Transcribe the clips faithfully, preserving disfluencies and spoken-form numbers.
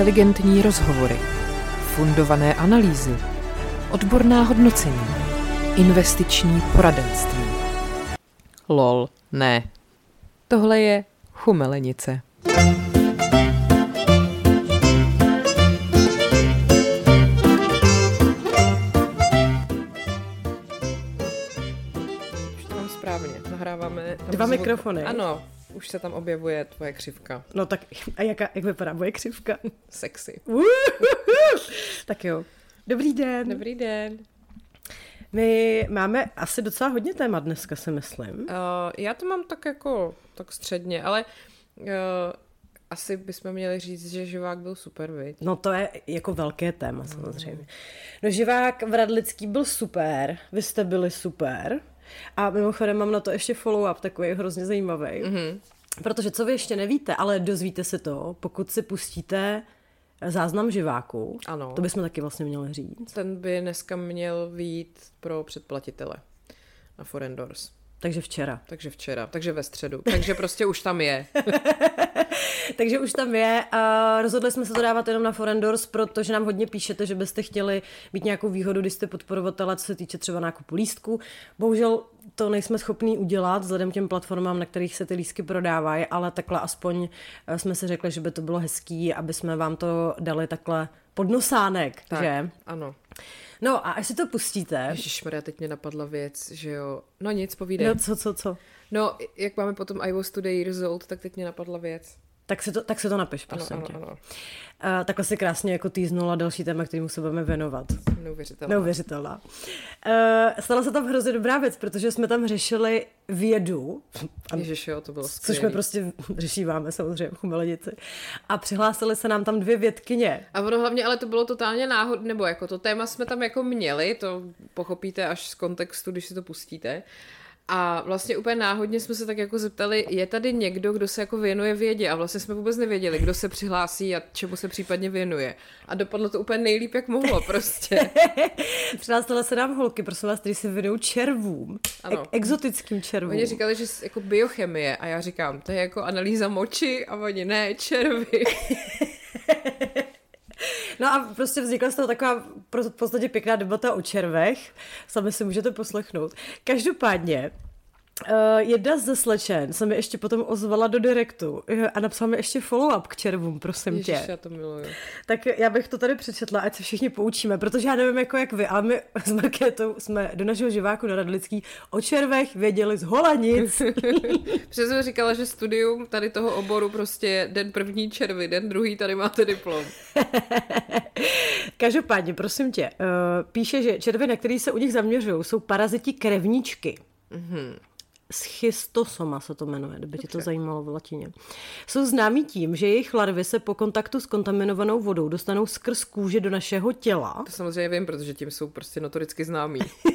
inteligentní rozhovory, fundované analýzy, odborná hodnocení, investiční poradenství. Lol, ne. Tohle je chumelenice. Už to mám správně, nahráváme... Dva zvuk... mikrofony. Ano, už se tam objevuje tvoje křivka. No tak, a jaká, jak vypadá moje křivka? Sexy. Tak jo. Dobrý den. Dobrý den. My máme asi docela hodně témat dneska, si myslím. Uh, já to mám tak jako, tak středně, ale uh, asi bychom měli říct, že Živák byl super, viď? No to je jako velké téma, samozřejmě. No Živák v Radlický byl super, vy jste byli super. A mimochodem mám na to ještě follow-up, takový hrozně zajímavý. Mm-hmm. Protože co vy ještě nevíte, ale dozvíte se to, pokud si pustíte záznam Živáku. Ano. To bychom taky vlastně měli říct. Ten by dneska měl vyjít pro předplatitele na Foreign Doors. Takže včera. Takže včera, takže ve středu. Takže prostě už tam je. Takže už tam je. A rozhodli jsme se to dávat jenom na Foreign Doors, protože nám hodně píšete, že byste chtěli mít nějakou výhodu, když jste podporovatele, co se týče třeba nákupu lístků. Bohužel to nejsme schopní udělat vzhledem k těm platformám, na kterých se ty lístky prodávají, ale takhle aspoň jsme si řekli, že by to bylo hezký, aby jsme vám to dali takhle pod nosánek, tak, že? Ano. No a až si to pustíte... Ježišmarja, teď mě napadla věc, že jo. No nic, povídej. No co, co, co? No, jak máme potom I was today years old, tak teď mě napadla věc. Tak se to, tak se to napiš, prosím ano, tě. Ano, ano. Uh, takhle si krásně jako týznula další téma, kterému se budeme věnovat. Neuvěřitelná. Neuvěřitelná. Uh, stala se tam hrozně dobrá věc, protože jsme tam řešili vědu. Ježiš, jo, to bylo skvělý. Což my prostě řešíváme samozřejmě v chumelenici. A přihlásily se nám tam dvě vědkyně. A ono hlavně, ale to bylo totálně náhodné, nebo jako to téma jsme tam jako měli, to pochopíte až z kontextu, když si to pustíte. A vlastně úplně náhodně jsme se tak jako zeptali, je tady někdo, kdo se jako věnuje vědě, a vlastně jsme vůbec nevěděli, kdo se přihlásí a čemu se případně věnuje. A dopadlo to úplně nejlíp, jak mohlo prostě. Přihlásila se nám holky, prosím vás, kteří se věnují červům. Ano. E- exotickým červům. Oni říkali, že jako biochemie, a já říkám, to je jako analýza moči, a oni ne, červy. No a prostě vznikla z toho taková v podstatě pěkná debata o červech. Sami si můžete poslechnout. Každopádně Uh, jedna ze slečen se mi ještě potom ozvala do direktu a napsala mi ještě follow-up k červům, prosím Ježiš, tě. Já to miluju. Tak já bych to tady přečetla, ať se všichni poučíme, protože já nevím jako jak vy, ale my s Markétou jsme do našeho Živáku na Radlický o červech věděli z holanic. Přesně říkala, že studium tady toho oboru prostě den první červy, den druhý tady máte diplom. Každopádně, prosím tě, uh, píše, že červy, na který se u nich zaměřují, jsou paraziti krevničky. Mhm. Schistosoma se to jmenuje, kdyby tě to zajímalo v latině. Jsou známí tím, že jejich larvy se po kontaktu s kontaminovanou vodou dostanou skrz kůži do našeho těla. To samozřejmě vím, protože tím jsou prostě notoricky známí.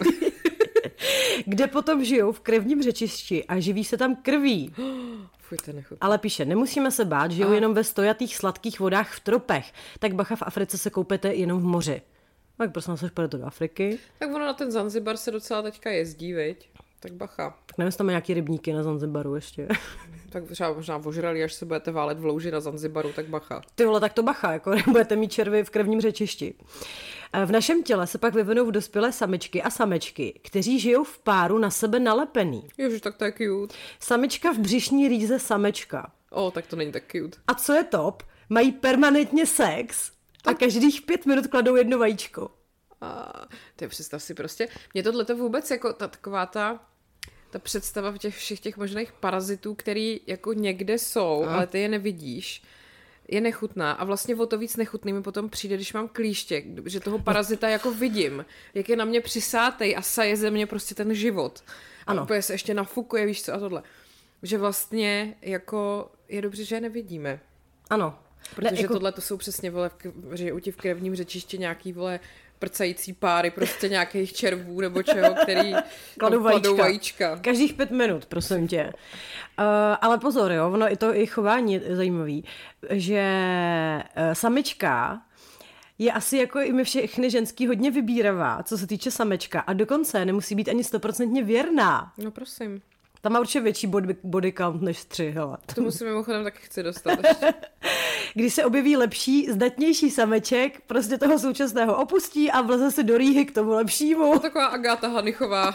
Kde potom žijou v krevním řečišti a živí se tam krví. Fuj, to nechutné. Ale píše, nemusíme se bát, žijou a... jenom ve stojatých sladkých vodách v tropech. Tak bacha, v Africe se koupete jenom v moři. Tak prosím vás, až půjdete do Afriky. Tak ono na ten Zanzibar se docela teďka jezdí, viď? Tak bacha. Tak nevím, jestli tam nějaký rybníky na Zanzibaru ještě. Tak třeba možná ožrali, až se budete válet v louži na Zanzibaru, tak bacha. Ty vole, tak to bacha, jako nebudete mít červy v krevním řečišti. V našem těle se pak vyvinou v dospělé samičky a samečky, kteří žijou v páru na sebe nalepený. Ježiš, tak to je cute. Samička v břišní rýze samečka. O, tak to není tak cute. A co je top? Mají permanentně sex a každých pět minut kladou jedno vajíčko. A ty představ si prostě, mě tohleto vůbec jako ta, taková ta, ta představa v těch všech těch možných parazitů, který jako někde jsou, a. ale ty je nevidíš, je nechutná a vlastně o to víc nechutný mi potom přijde, když mám klíště, že toho parazita jako vidím, jak je na mě přisátej a saje ze mě prostě ten život. Ano. A úplně se ještě nafukuje, víš co, a tohle. Že vlastně jako je dobře, že je nevidíme. Ano. Protože ne, jako... tohle to jsou přesně, vole, že u ti v krevním řečišti nějaký, vole, prcající páry prostě nějakých červů nebo čeho, který kladou vajíčka. vajíčka. Každých pět minut, prosím tě. Uh, ale pozor, jo, ono i to i chování je zajímavý, že uh, samička je asi jako i my všechny ženský hodně vybíravá, co se týče samečka a dokonce nemusí být ani stoprocentně věrná. No prosím. Tam má určitě větší body, body count než tři, hele. To musím mimochodem taky chci dostat. když se objeví lepší, zdatnější sameček, prostě toho současného opustí a vleze si do rýhy k tomu lepšímu. To taková Agáta Hanichová.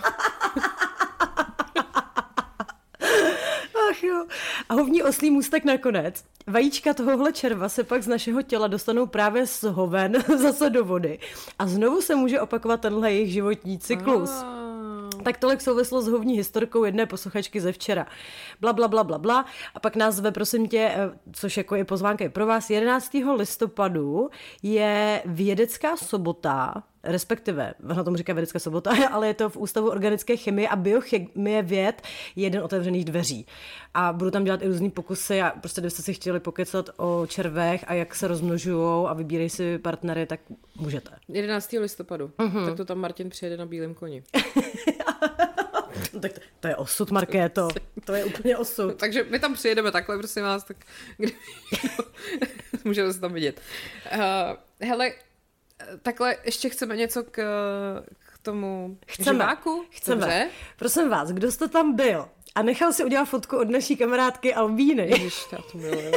Ach jo. A hovní oslí můstek nakonec. Vajíčka tohohle červa se pak z našeho těla dostanou právě z hoven zase do vody. A znovu se může opakovat tenhle jejich životní cyklus. Ah. Tak tolik souvislo s hovní historkou jedné posluchačky ze včera. Bla, bla, bla, bla, bla. A pak nás zve, prosím tě, což jako je pozvánka i pro vás, jedenáctého listopadu je vědecká sobota, respektive, ona tomu říká vědecká sobota, ale je to v Ústavu organické chemie a biochemie věd jeden otevřených dveří. A budu tam dělat i různý pokusy a prostě kdybyste si chtěli pokecat o červech a jak se rozmnožujou a vybírej si partnery, tak můžete. jedenáctého listopadu. Uh-huh. Tak to tam Martin přijede na bílém koni. No, tak to, to je osud, Markéto. To je úplně osud. Takže my tam přijedeme takhle, prosím vás, tak kdy... můžeme se tam vidět. Uh, hele, takhle ještě chceme něco k, k tomu chceme, živáku? Chceme. Dobře? Prosím vás, kdo jste tam byl a nechal si udělat fotku od naší kamarádky Albíny. Ježiš, já to miluji.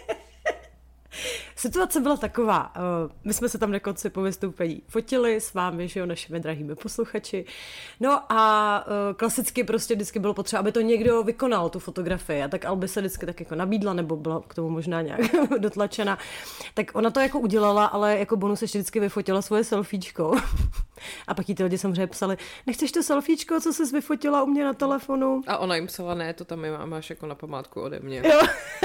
Situace byla taková, my jsme se tam na konci po vystoupení fotili s vámi, že jo, našimi drahými posluchači. No a klasicky prostě vždycky bylo potřeba, aby to někdo vykonal, tu fotografii. A tak Alby se vždycky tak jako nabídla, nebo byla k tomu možná nějak dotlačena. Tak ona to jako udělala, ale jako bonus ještě vždycky vyfotila svoje selfiečko. A pak jí ty lidi samozřejmě psali, nechceš to selfiečko, co jsi vyfotila u mě na telefonu? A ona jim psala, ne, to tam máš jako na památku ode mě. Jo.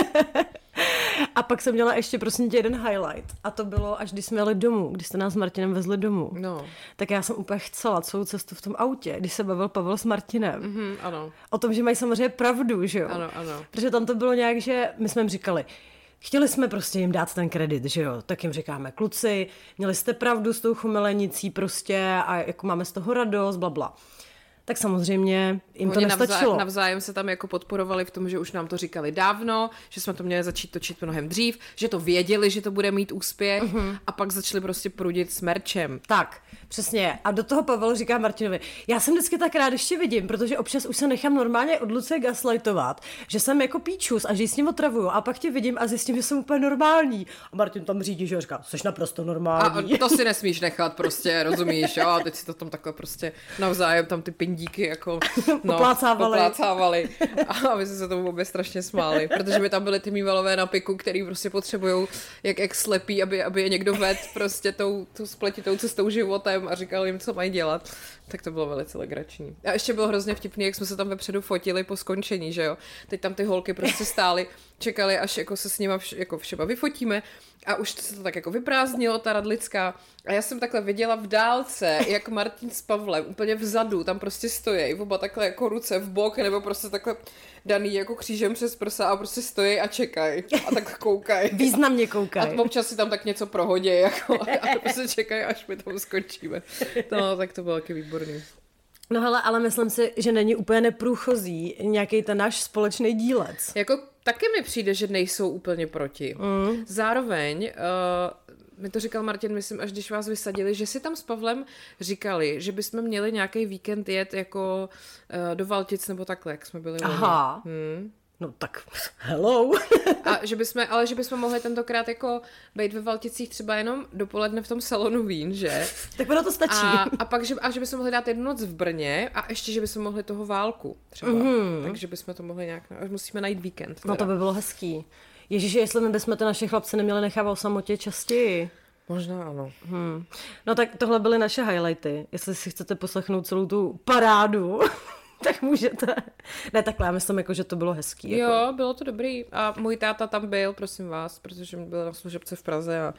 A pak jsem měla ještě prosím tě jeden highlight a to bylo, až když jsme jeli domů, když jste nás s Martinem vezli domů. No. Tak já jsem úplně chcela celou cestu v tom autě, když se bavil Pavel s Martinem. Mm-hmm, ano. O tom, že mají samozřejmě pravdu, že jo? Ano, ano. Protože tam to bylo nějak, že my jsme jim říkali, chtěli jsme prostě jim dát ten kredit, že jo? Tak jim říkáme, kluci, měli jste pravdu s tou chumelenicí prostě a jako máme z toho radost, blabla. Tak samozřejmě jim to Oni nestačilo. Navzájem, navzájem se tam jako podporovali v tom, že už nám to říkali dávno, že jsme to měli začít točit mnohem dřív, že to věděli, že to bude mít úspěch uh-huh. a pak začali prostě prudit s merčem. Tak, přesně. A do toho Pavel říká Martinovi, já jsem vždycky tak rád ještě vidím, protože občas už se nechám normálně od Lucie gaslightovat, že jsem jako píčus a že ji s ním otravuju a pak tě vidím a zjistím, že jsem úplně normální. A Martin tam řídí, že říká, jsi naprosto normální. A to si nesmíš nechat prostě, rozumíš, jo? A teď si to tam takhle prostě navzájem tam ty díky jako no, poplácávali. poplácávali a my jsme se tomu obě strašně smáli, protože by tam byly ty mývalové na piku, který prostě potřebujou jak, jak slepí, aby, aby je někdo vedl prostě tou, tou spletitou cestou životem a říkal jim, co mají dělat. Tak to bylo velice legrační. A ještě bylo hrozně vtipný, jak jsme se tam vepředu fotili po skončení, že jo. Teď tam ty holky prostě stály, čekali, až jako se s nima vš- jako všema vyfotíme a už se to tak jako vyprázdnilo, ta radlická. A já jsem takhle viděla v dálce, jak Martin s Pavlem úplně vzadu, tam prostě stojí, oba takhle jako ruce v bok, nebo prostě takhle daný jako křížem přes prsa a prostě stojí a čekají. A tak koukají. Významně koukají. A občas si tam tak něco prohodí, jako, a prostě čekají, až my tam skončíme. No, tak to bylo taky výborný. No hele, ale myslím si, že není úplně neprůchozí nějaký ten náš společný dílec. Jako taky mi přijde, že nejsou úplně proti. Mm. Zároveň, uh, mi to říkal Martin, myslím, až když vás vysadili, že si tam s Pavlem říkali, že bychom měli nějaký víkend jet jako uh, do Valtic nebo takhle, jak jsme byli. Aha. Hmm. No tak, hello. A že bychom, ale že bychom mohli tentokrát jako být ve Valticích třeba jenom dopoledne v tom salonu vín, že? Tak ono to stačí. A, a pak, že, a že bychom mohli dát jednu noc v Brně a ještě, že bychom mohli toho Válku třeba. Mm. Takže bychom to mohli nějak, až musíme najít víkend. Teda. No to by bylo hezký. Ježiši, jestli my bychom to naše chlapce neměli nechávat o samotě častěji. Možná ano. Hmm. No tak tohle byly naše highlighty. Jestli si chcete poslechnout celou tu parádu, tak můžete. Ne, takhle, já myslím, jako, že to bylo hezký. Jo, jako. bylo to dobrý. A můj táta tam byl, prosím vás, protože byl na služebce v Praze a,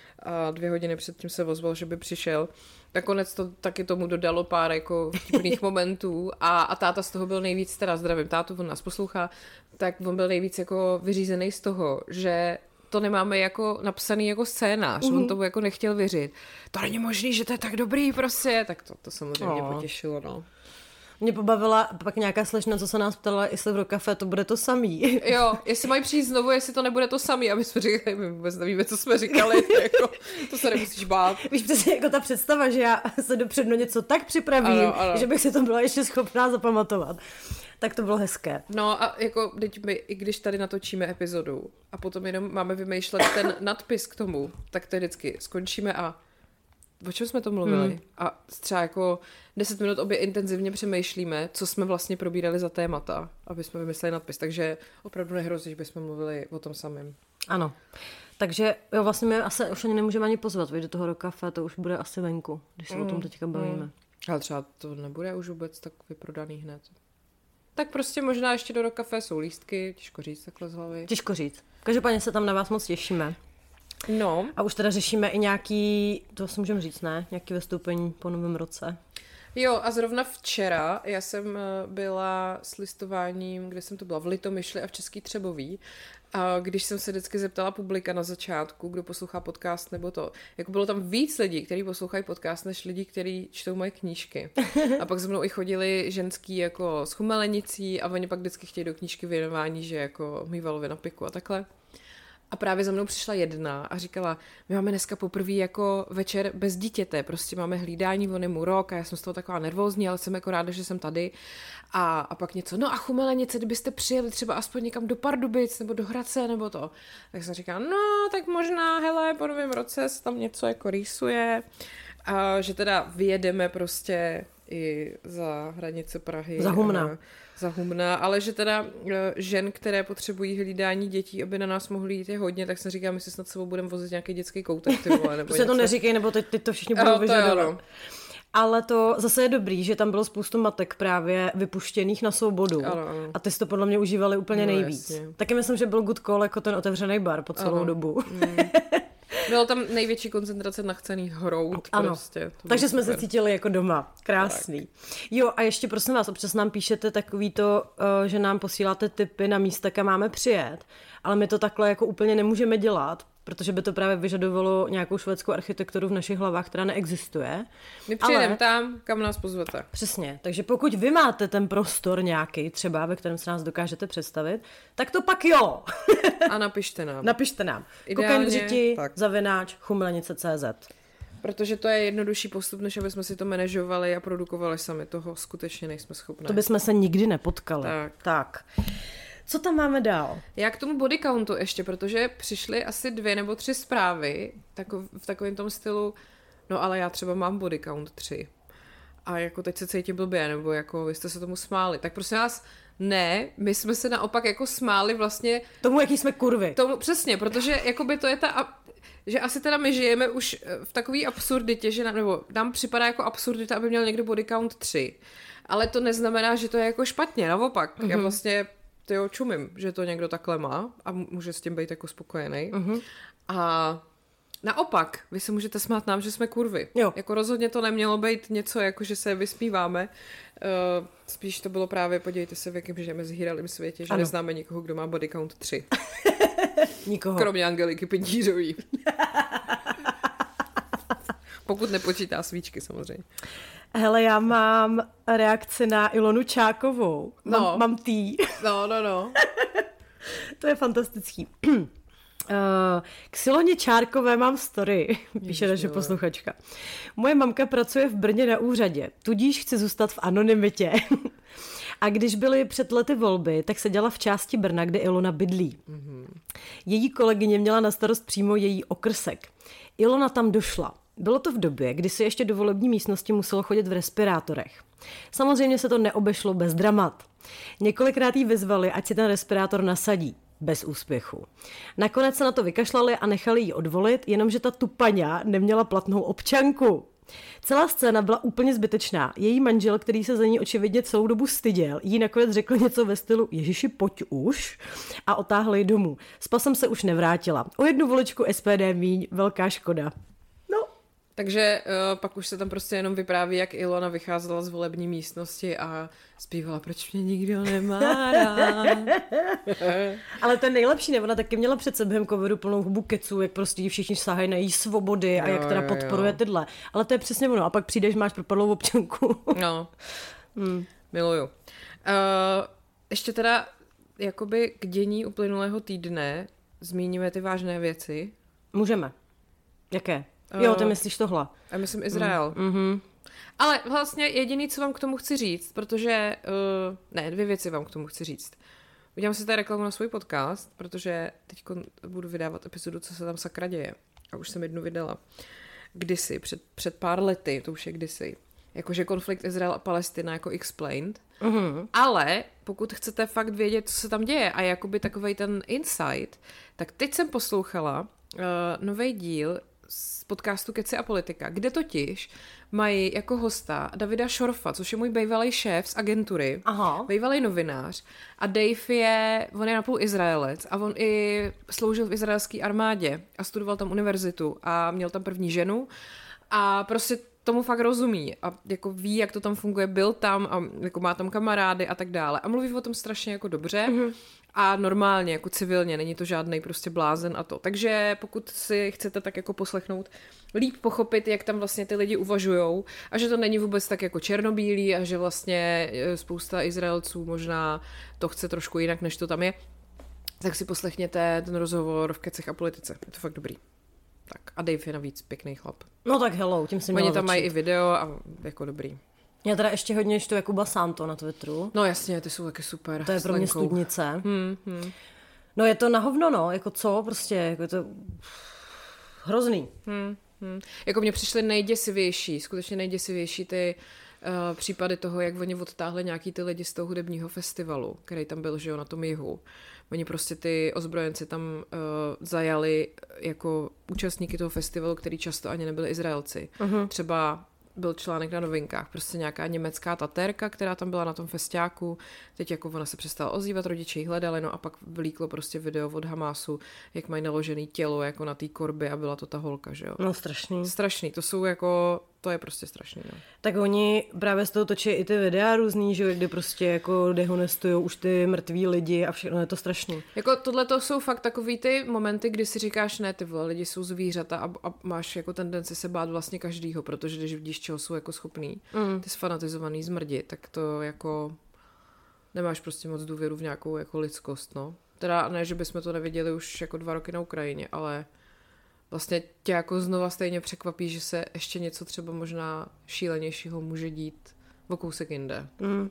a dvě hodiny předtím se ozval, že by přišel. Nakonec to taky tomu dodalo pár jako vtipných momentů a, a táta z toho byl nejvíc, teda zdravím tátu, on nás poslouchá, tak on byl nejvíc jako vyřízený z toho, že to nemáme jako napsaný jako scénář, mm. on tomu jako nechtěl věřit. To není možný, že to je tak dobrý prostě, tak to, to samozřejmě oh. potěšilo, no. Mě pobavila pak nějaká slečna, co se nás ptala, jestli v Rokafe to bude to samý. Jo, jestli mají přijít znovu, jestli to nebude to samý. A my jsme říkali, my vůbec nevíme, co jsme říkali, jako, to se nemusíš bát. Víš, přesně jako ta představa, že já se dopředu něco tak připravím, ano, ano. že bych si to byla ještě schopná zapamatovat. Tak to bylo hezké. No a jako, teď my, i když tady natočíme epizodu a potom jenom máme vymýšlet ten nadpis k tomu, tak to je vždycky skončíme a o čem jsme to mluvili? Hmm. A třeba jako deset minut obě intenzivně přemýšlíme, co jsme vlastně probírali za témata, aby jsme vymysleli nadpis. Takže opravdu nehrozí, že bychom mluvili o tom samém. Ano. Takže jo, vlastně my asi už ani nemůžeme ani pozvat, do toho do kafe, to už bude asi venku, když se mm. o tom teďka bavíme. Mm. Ale třeba to nebude už vůbec tak vyprodaný hned. Tak prostě možná ještě do Rock Café jsou lístky, těžko říct takhle z hlavy. Těžko říct. Každopádně se tam na vás moc těšíme. No. A už teda řešíme i nějaký, to si můžeme říct, ne? Nějaký vystoupení po novém roce. Jo, a zrovna včera já jsem byla s listováním, kde jsem to byla, v Litomyšli a v Český Třebový. A když jsem se vždycky zeptala publika na začátku, kdo poslouchá podcast nebo to, jako bylo tam víc lidí, kteří poslouchají podcast, než lidí, kteří čtou moje knížky. A pak za mnou i chodili ženský jako s chumelenicí a oni pak vždycky chtějí do knížky věnování, že jako mývalově na piku a takhle. A právě za mnou přišla jedna a říkala, my máme dneska poprvé jako večer bez dítěte, prostě máme hlídání, on je mu rok a já jsem z toho taková nervózní, ale jsem jako ráda, že jsem tady. A, a pak něco, no a chumelenice, kdybyste přijeli třeba aspoň někam do Pardubic nebo do Hradce nebo to. Tak jsem říkala, no tak možná, hele, po novém roce se tam něco jako rýsuje. A že teda vyjedeme prostě i za hranice Prahy. Za Humna. Za Humna, ale že teda žen, které potřebují hlídání dětí, aby na nás mohly jít je hodně, tak jsem říkala, my si snad sebou budeme vozit nějaký dětský koutek, ty vole, nebo prostě to neříkej, nebo teď, teď to všichni budou vyžadovat. Ale to zase je dobrý, že tam bylo spoustu matek právě vypuštěných na svobodu. Ano, ano. A ty si to podle mě užívali úplně no, nejvíc. Jasně. Taky myslím, že byl good call jako ten otevřený bar po celou ano. dobu. Mm. Bylo tam největší koncentrace nachcených hrout. Ano, prostě. takže jsme super. Se cítili jako doma. Krásný. Tak. Jo, a ještě prosím vás, občas nám píšete takový to, že nám posíláte tipy na místa, kam máme přijet, ale my to takhle jako úplně nemůžeme dělat, protože by to právě vyžadovalo nějakou švédskou architekturu v našich hlavách, která neexistuje. My přijedeme ale... tam, kam nás pozvete. Přesně, takže pokud vy máte ten prostor nějaký, třeba ve kterém se nás dokážete představit, tak to pak jo. A napište nám. Napište nám. Kokaindřiti, zavináč, chumelenice tečka cé zet. Protože to je jednodušší postup, než aby jsme si to manažovali a produkovali sami. Toho skutečně nejsme schopni. To bychom se nikdy nepotkali. Tak. tak. Co tam máme dál? Já k tomu body countu ještě, protože přišly asi dvě nebo tři zprávy takov, v takovém tom stylu, no ale já třeba mám body count tři. A jako teď se cítím blbě, nebo jako vy jste se tomu smáli. Tak prosím vás, ne, my jsme se naopak jako smáli vlastně... Tomu, jaký jsme kurvy. Tomu, přesně, protože jakoby to je ta... Že asi teda my žijeme už v takové absurditě, že nám, nebo nám připadá jako absurdita, aby měl někdo body count tři. Ale to neznamená, že to je jako špatně, naopak. Mm-hmm. Já vlastně... To jo, čumím, že to někdo takhle má a může s tím být jako spokojený. Uh-huh. A naopak, vy se můžete smát nám, že jsme kurvy. Jo. Jako rozhodně to nemělo být něco, jako že se vysmíváme. Uh, spíš to bylo právě, podívejte se, v jakém žijeme zhýralém světě, že ano. Neznáme nikoho, kdo má body count tři. Nikoho. Kromě Angeliky Pindířový. Pokud nepočítá svíčky, samozřejmě. Hele, já mám reakci na Ilonu Čákovou. Mám, no. mám tý. No, no, no. To je fantastický. Uh, k Siloně Čárkové mám story, píše naše posluchačka. Moje mamka pracuje v Brně na úřadě, tudíž chci zůstat v anonymitě. A když byly před lety volby, tak seděla v části Brna, kde Ilona bydlí. Mm-hmm. Její kolegyně měla na starost přímo její okrsek. Ilona tam došla. Bylo to v době, kdy si ještě do volební místnosti muselo chodit v respirátorech. Samozřejmě se to neobešlo bez dramat. Několikrát jí vyzvali, ať si ten respirátor nasadí. Bez úspěchu. Nakonec se na to vykašlali a nechali ji odvolit, jenomže ta tupaňa neměla platnou občanku. Celá scéna byla úplně zbytečná. Její manžel, který se za ní očividně celou dobu styděl, jí nakonec řekl něco ve stylu Ježiši, pojď už a otáhl ji domů. S pasem se už nevrátila. O jednu voličku S P D míň, velká škoda. No. Takže uh, pak už se tam prostě jenom vypráví, jak Ilona vycházela z volební místnosti a zpívala, proč mě nikdo nemá rád. Ale to je nejlepší, nebo ona taky měla před sebou covidu plnou hubu keců, jak prostě všichni sahají na její svobody a jo, jak teda jo, podporuje jo. tyhle. Ale to je přesně ono. A pak přijdeš, máš propadlou občanku. No, hmm. Miluju. Uh, ještě teda jakoby k dění uplynulého týdne zmíníme ty vážné věci. Můžeme. Jaké? Jo, ty myslíš tohle. Já myslím Izrael. Mm. Mm-hmm. Ale vlastně jediný, co vám k tomu chci říct, protože, uh, ne, dvě věci vám k tomu chci říct. Udělám si tady reklamu na svůj podcast, protože teď budu vydávat epizodu, co se tam sakra děje. A už jsem jednu vydala. Kdysi, před, před pár lety, to už je kdysi. Jakože konflikt Izrael a Palestina jako explained. Uh-huh. Ale pokud chcete fakt vědět, co se tam děje a jakoby takovej ten insight, tak teď jsem poslouchala uh, nový díl z podcastu Keci a politika, kde totiž mají jako hosta Davida Šorfa, což je můj bývalý šéf z agentury, Aha. bývalý novinář a Dave je, on je napůl Izraelec a on i sloužil v izraelské armádě a studoval tam univerzitu a měl tam první ženu a prostě tomu fakt rozumí a jako ví, jak to tam funguje, byl tam a jako má tam kamarády a tak dále a mluví o tom strašně jako dobře mm-hmm. a normálně, jako civilně, není to žádnej prostě blázen a to. Takže pokud si chcete tak jako poslechnout, líp pochopit, jak tam vlastně ty lidi uvažujou a že to není vůbec tak jako černobílý a že vlastně spousta Izraelců možná to chce trošku jinak, než to tam je, tak si poslechněte ten rozhovor v Kecech a politice. Je to fakt dobrý. Tak a Dave je navíc pěkný chlap. No tak hello, tím si Oni tam začít. Mají i video a jako dobrý. Já teda ještě hodně čtu Jakuba Santo na Twitteru. No jasně, ty jsou taky super. To je pro mě studnice. Hmm, hmm. No je to na hovno, no, jako co, prostě, jako je to hrozný. Hmm, hmm. Jako mně přišly nejděsivější, skutečně nejděsivější ty uh, případy toho, jak oni odtáhli nějaký ty lidi z toho hudebního festivalu, který tam byl, že jo, na tom jihu. Oni prostě ty ozbrojenci tam uh, zajali jako účastníky toho festivalu, který často ani nebyli Izraelci. Uh-huh. Třeba byl článek na Novinkách, prostě nějaká německá tatérka, která tam byla na tom festiáku, teď jako ona se přestala ozývat, rodiče ji hledali, no a pak vlíklo prostě video od Hamásu, jak mají naložený tělo jako na té korbě a byla to ta holka, že jo. No strašný. Strašný, to jsou jako, to je prostě strašný, no. Tak oni právě z toho točí i ty videa různý, že jo, kdy prostě jako dehonestujou už ty mrtví lidi a všechno, je to strašný. Jako tohle to jsou fakt takový ty momenty, kdy si říkáš, ne, ty vole, lidi jsou zvířata a, a máš jako tendenci se bát vlastně každýho, protože když vidíš, čeho jsou jako schopný, mm. ty sfanatizovaný zmrdi, tak to jako nemáš prostě moc důvěru v nějakou jako lidskost, no. Teda ne, že bychom to neviděli už jako dva roky na Ukrajině, ale vlastně tě jako znova stejně překvapí, že se ještě něco třeba možná šílenějšího může dít o kousek jinde. Mm.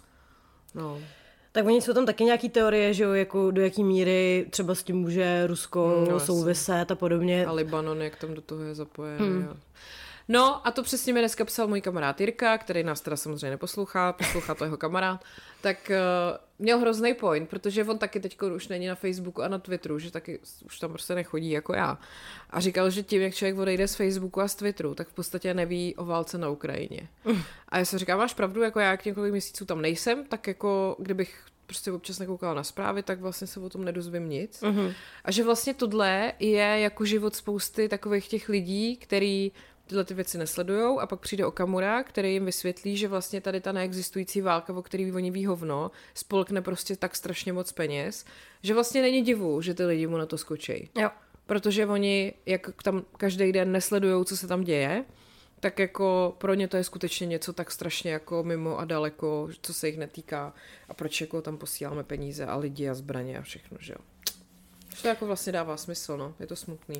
No. Tak oni jsou tam taky nějaký teorie, že jo, jako do jaký míry třeba s tím může Rusko no, souviset a podobně. A Libanon, jak tam do toho je zapojený. Mm. Jo. No a to přesně mi dneska psal můj kamarád Jirka, který nás teda samozřejmě neposlouchá, poslouchá to jeho kamarád, tak uh, měl hrozný point, protože on taky teď už není na Facebooku a na Twitteru, že taky už tam prostě nechodí jako já. A říkal, že tím, jak člověk odejde z Facebooku a z Twitteru, tak v podstatě neví o válce na Ukrajině. Mm. A já jsem říkal, máš pravdu, jako já jak několik měsíců tam nejsem, tak jako kdybych prostě občas nekoukala na zprávy, tak vlastně se o tom nedozvím nic. Mm-hmm. A že vlastně tohle je jako život spousty takových těch lidí, který tyhle ty věci nesledujou a pak přijde Okamura, který jim vysvětlí, že vlastně tady ta neexistující válka, o který oni ví hovno, spolkne prostě tak strašně moc peněz, že vlastně není divu, že ty lidi mu na to skočí. Jo. Protože oni, jak tam každý den nesledujou, co se tam děje, tak jako pro ně to je skutečně něco tak strašně jako mimo a daleko, co se jich netýká a proč jako tam posíláme peníze a lidi a zbraně a všechno, že jo. Že to jako vlastně dává smysl, no. Je to smutný.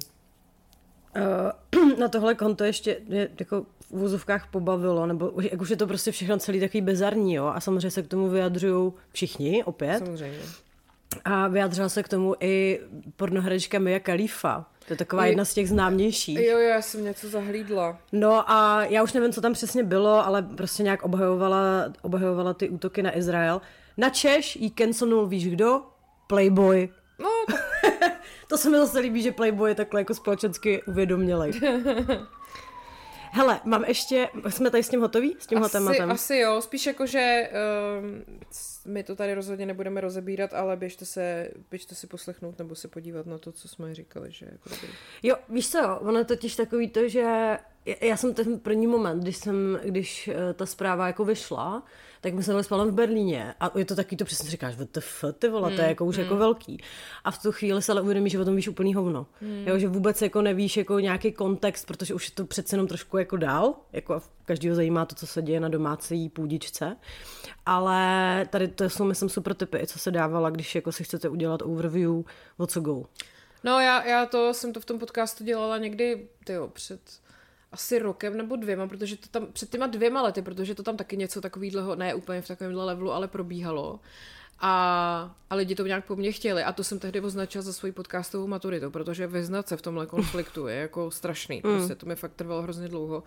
Uh, na tohle konto ještě je, jako v úvozovkách pobavilo, nebo jak už je to prostě všechno celý takový bizarní, jo, a samozřejmě se k tomu vyjadřují všichni opět. Samozřejmě. A vyjadřila se k tomu i pornoherečka Mia Khalifa. To je taková je, jedna z těch známějších. Jo, jo, já jsem něco zahlídla. No a já už nevím, co tam přesně bylo, ale prostě nějak obhajovala, obhajovala ty útoky na Izrael. Na Češ jí cancelnul, víš kdo? Playboy. No, to... to se mi zase líbí, že Playboy je takhle jako společensky uvědomělej. Hele, mám ještě, jsme tady s tím hotoví? S tímhle asi, tématem? Asi jo, spíš jako, že um, my to tady rozhodně nebudeme rozebírat, ale běžte se, běžte si poslechnout nebo se podívat na to, co jsme říkali, že jako dobrý. Jo, víš co, jo, ono je totiž takový to, že já jsem ten první moment, když jsem, když ta zpráva jako vyšla, tak my jsme byli s Pavlem v Berlíně a je to taky, to přesně říkáš, what the fuck, ty vole, to je jako už mm. jako velký. A v tu chvíli se ale uvědomíš, že o tom víš úplný hovno. Mm. Jo, že vůbec jako nevíš jako nějaký kontext, protože už je to přece jenom trošku jako dál, jako každýho zajímá to, co se děje na domácí půdičce. Ale tady to jsou, myslím, super tipy, co se dávala, když jako si chcete udělat overview, o co go. No já, já to jsem to v tom podcastu dělala někdy, tyjo, před asi rokem nebo dvěma, protože to tam, před těma dvěma lety, protože to tam taky něco takového, ne úplně v takovémhle levelu, ale probíhalo. A, a lidi to nějak po mně chtěli a to jsem tehdy označila za svoji podcastovou maturitu, protože vyznat se v tomhle konfliktu je jako strašný. Prostě to mi fakt trvalo hrozně dlouho.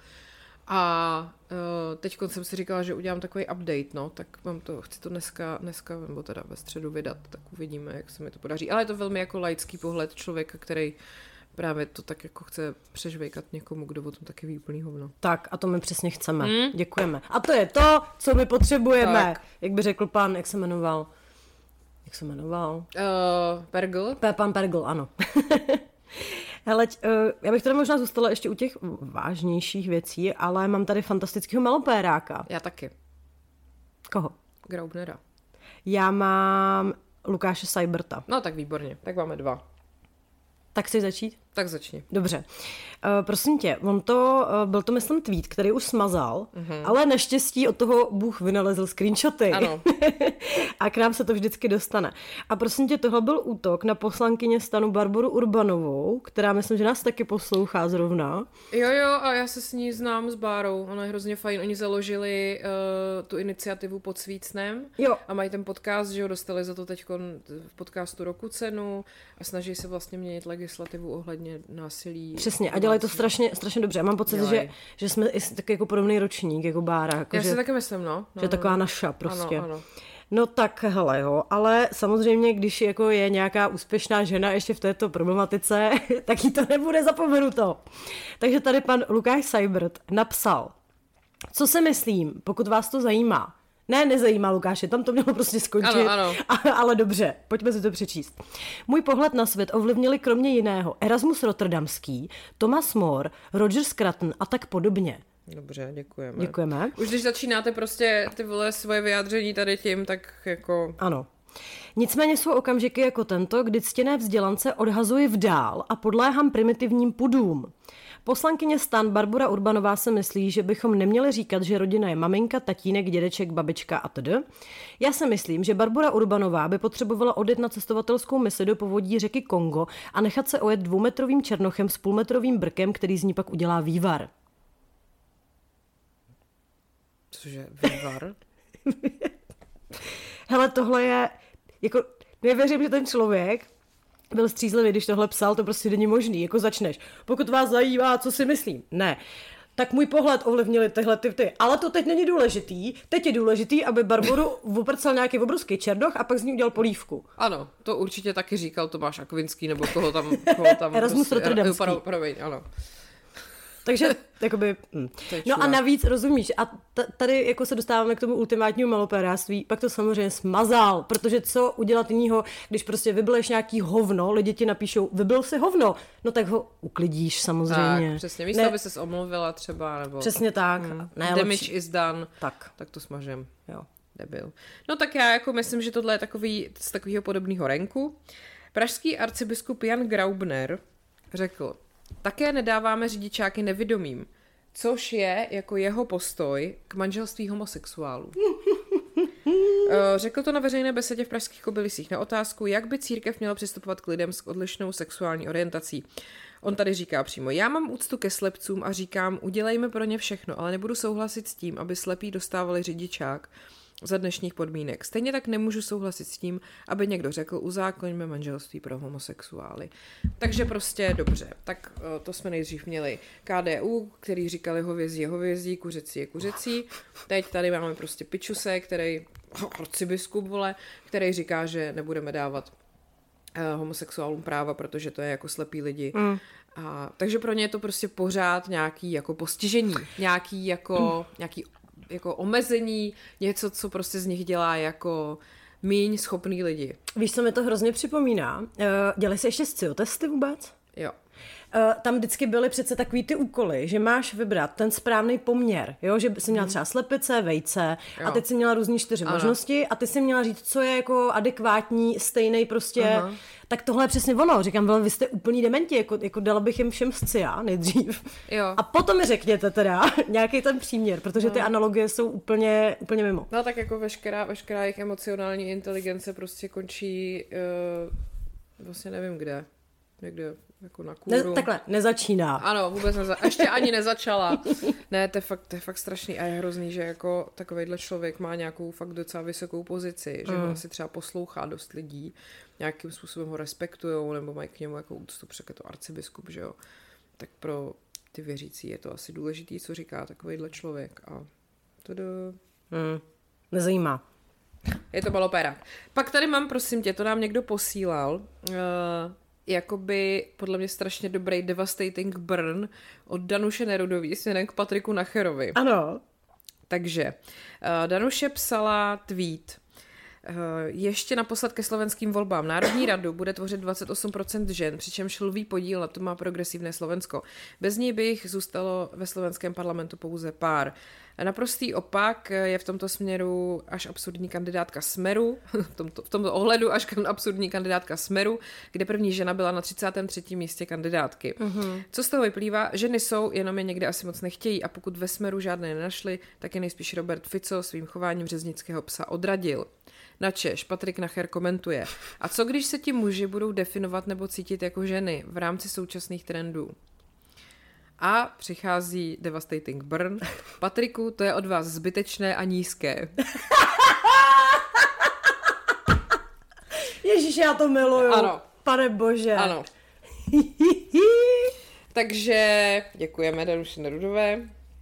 A uh, teď jsem si říkala, že udělám takový update, no, tak mám to, chci to dneska, dneska, nebo teda ve středu vydat, tak uvidíme, jak se mi to podaří. Ale je to velmi jako laický pohled člověka, který právě to tak jako chce přežvejkat někomu, kdo o tom taky ví úplný hovno. Tak a to my přesně chceme. Hmm? Děkujeme. A to je to, co my potřebujeme. Tak. Jak by řekl pan, jak se jmenoval? Jak se jmenoval? Uh, Pergl? P- pan Pergl, ano. Hele, uh, já bych teda možná zůstala ještě u těch vážnějších věcí, ale mám tady fantastického melopéráka. Já taky. Koho? Graubnera. Já mám Lukáše Seiberta. No tak výborně, tak máme dva. Tak chceš začít? Tak začni. Dobře. Uh, prosím tě, on to, uh, byl to myslím tweet, který už smazal, uh-huh. ale naštěstí od toho Bůh vynalezl screenshoty. Ano. A k nám se to vždycky dostane. A prosím tě, tohle byl útok na poslankyně STANu Barboru Urbanovou, která myslím, že nás taky poslouchá zrovna. Jo, jo, a já se s ní znám s Bárou. Ona je hrozně fajn. Oni založili uh, tu iniciativu Pod svícnem jo. a mají ten podcast, že jo, dostali za to teď v podcastu roku cenu a snaží se vlastně měnit legislativu ohledně násilí. Přesně, a dělají to strašně, strašně dobře. Já mám pocit, že, že jsme i taky jako podobný ročník, jako Bára. Jako Já že, si taky myslím, no. no že je taková naša prostě. Ano, ano. No tak hele jo, ale samozřejmě, když jako je nějaká úspěšná žena ještě v této problematice, tak jí to nebude zapomenuto. Takže tady pan Lukáš Seibert napsal, co si myslím, pokud vás to zajímá. Ne, nezajímá Lukáše, tam to mělo prostě skončit, ano, ano. A, ale dobře, pojďme si to přečíst. Můj pohled na svět ovlivnili kromě jiného Erasmus Rotterdamský, Thomas More, Roger Scruton a tak podobně. Dobře, děkujeme. Děkujeme. Už když začínáte prostě ty vole svoje vyjádření tady tím, tak jako... Ano. Nicméně jsou okamžiky jako tento, kdy ctěné vzdělance odhazuji vdál a podléhám primitivním pudům. Poslankyně STAN Barbora Urbanová se myslí, že bychom neměli říkat, že rodina je maminka, tatínek, dědeček, babička a td. Já si myslím, že Barbora Urbanová by potřebovala odjet na cestovatelskou misi do povodí řeky Kongo a nechat se ojet dvoumetrovým černochem s půlmetrovým brkem, který z ní pak udělá vývar. Cože, vývar? Hele, tohle je, jako, nevěřím, že ten člověk byl střízlivý, když tohle psal, to prostě není možný, jako začneš. Pokud vás zajímá, co si myslím. Ne. Tak můj pohled ovlivnili tyhle ty, ty. Ale to teď není důležitý. Teď je důležitý, aby Barboru oprcal nějaký obrovský černoch a pak z ní udělal polívku. Ano, to určitě taky říkal Tomáš Akvinský, nebo koho tam... Koho tam Erasmus prostě, Rotterdamský. Er, promiň, ano. Takže, jakoby... Hm. No a navíc, rozumíš, a t- tady jako se dostáváme k tomu ultimátnímu malopéráctví, pak to samozřejmě smazal, protože co udělat jinýho, když prostě vybleš nějaký hovno, lidi ti napíšou, vybil si hovno, no tak ho uklidíš samozřejmě. Tak, přesně, místo, ne, aby ses omluvila třeba, nebo... Přesně tak. Hmm, damage lepší. Is done, tak. tak to smažem. Jo. Debil. No tak já jako myslím, že tohle je takový, z takového podobného renku. Pražský arcibiskup Jan Graubner řekl, také nedáváme řidičáky nevidomým, což je jako jeho postoj k manželství homosexuálů. Řekl to na veřejné besedě v Pražských Kobylisích na otázku, jak by církev měla přistupovat k lidem s odlišnou sexuální orientací. On tady říká přímo, já mám úctu ke slepcům a říkám, udělejme pro ně všechno, ale nebudu souhlasit s tím, aby slepí dostávali řidičák za dnešních podmínek. Stejně tak nemůžu souhlasit s tím, aby někdo řekl, uzákoňme manželství pro homosexuály. Takže prostě dobře. Tak to jsme nejdřív měli K D U, který říkali hovězí je hovězí, kuřecí je kuřecí. Teď tady máme prostě Pičuse, který, arcibiskup, vole, který říká, že nebudeme dávat uh, homosexuálům práva, protože to je jako slepí lidi. Mm. A, takže pro ně je to prostě pořád nějaký jako postižení, nějaký jako, mm. nějaký jako omezení, něco, co prostě z nich dělá jako míň schopný lidi. Víš, co mi to hrozně připomíná? Dělají se ještě sciotesty vůbec? Jo. Tam vždycky byly přece takový ty úkoly, že máš vybrat ten správný poměr, jo? Že jsi měla třeba slepice, vejce jo. A teď jsi měla různý čtyři ano. možnosti a ty jsi měla říct, co je jako adekvátní, stejný prostě. Aha. Tak tohle je přesně ono. Říkám, vole, vy jste úplný dementi, jako, jako dala bych jim všem scia nejdřív. Jo. A potom mi řekněte teda nějaký ten příměr, protože ty no. analogie jsou úplně, úplně mimo. No tak jako veškerá, veškerá jejich emocionální inteligence prostě končí uh, vlastně nevím kde. někde jako na kůru. Ne, takhle, nezačíná. Ano, vůbec neza, ještě ani nezačala. Ne, to je fakt, to je fakt strašný a je hrozný, že jako takovejhle člověk má nějakou fakt docela vysokou pozici, že mm. ho asi třeba poslouchá dost lidí, nějakým způsobem ho respektujou nebo mají k němu jako úctu, protože je to arcibiskup, že jo. Tak pro ty věřící je to asi důležitý, co říká takovejhle člověk a tada. Mm. Nezajímá. Je to balopéra. Pak tady mám, prosím tě, to nám někdo posílal, uh, jakoby podle mě strašně dobrý Devastating Burn od Danuše Nerudový směrem k Patriku Nacherovi. Ano. Takže uh, Danuše psala tweet. Uh, ještě naposled ke slovenským volbám. Národní radu bude tvořit dvacet osm procent žen, přičemž lvý podíl na to má progresivné Slovensko. Bez ní by jich zůstalo ve slovenském parlamentu pouze pár. Naprostý opak je v tomto směru až absurdní kandidátka Smeru, v tomto, v tomto ohledu až absurdní kandidátka Smeru, kde první žena byla na třicátém třetím místě kandidátky. Uh-huh. Co z toho vyplývá? Ženy jsou, jenom je někde asi moc nechtějí a pokud ve Smeru žádné nenašli, tak je nejspíš Robert Fico svým chováním řeznického psa odradil. Načež Patrik Nacher komentuje. A co když se ti muži budou definovat nebo cítit jako ženy v rámci současných trendů? A přichází Devastating Burn. Patriku, to je od vás zbytečné a nízké. Ježíš, já to miluju. Ano. Pane bože. Ano. Takže děkujeme Danuši Nerudové.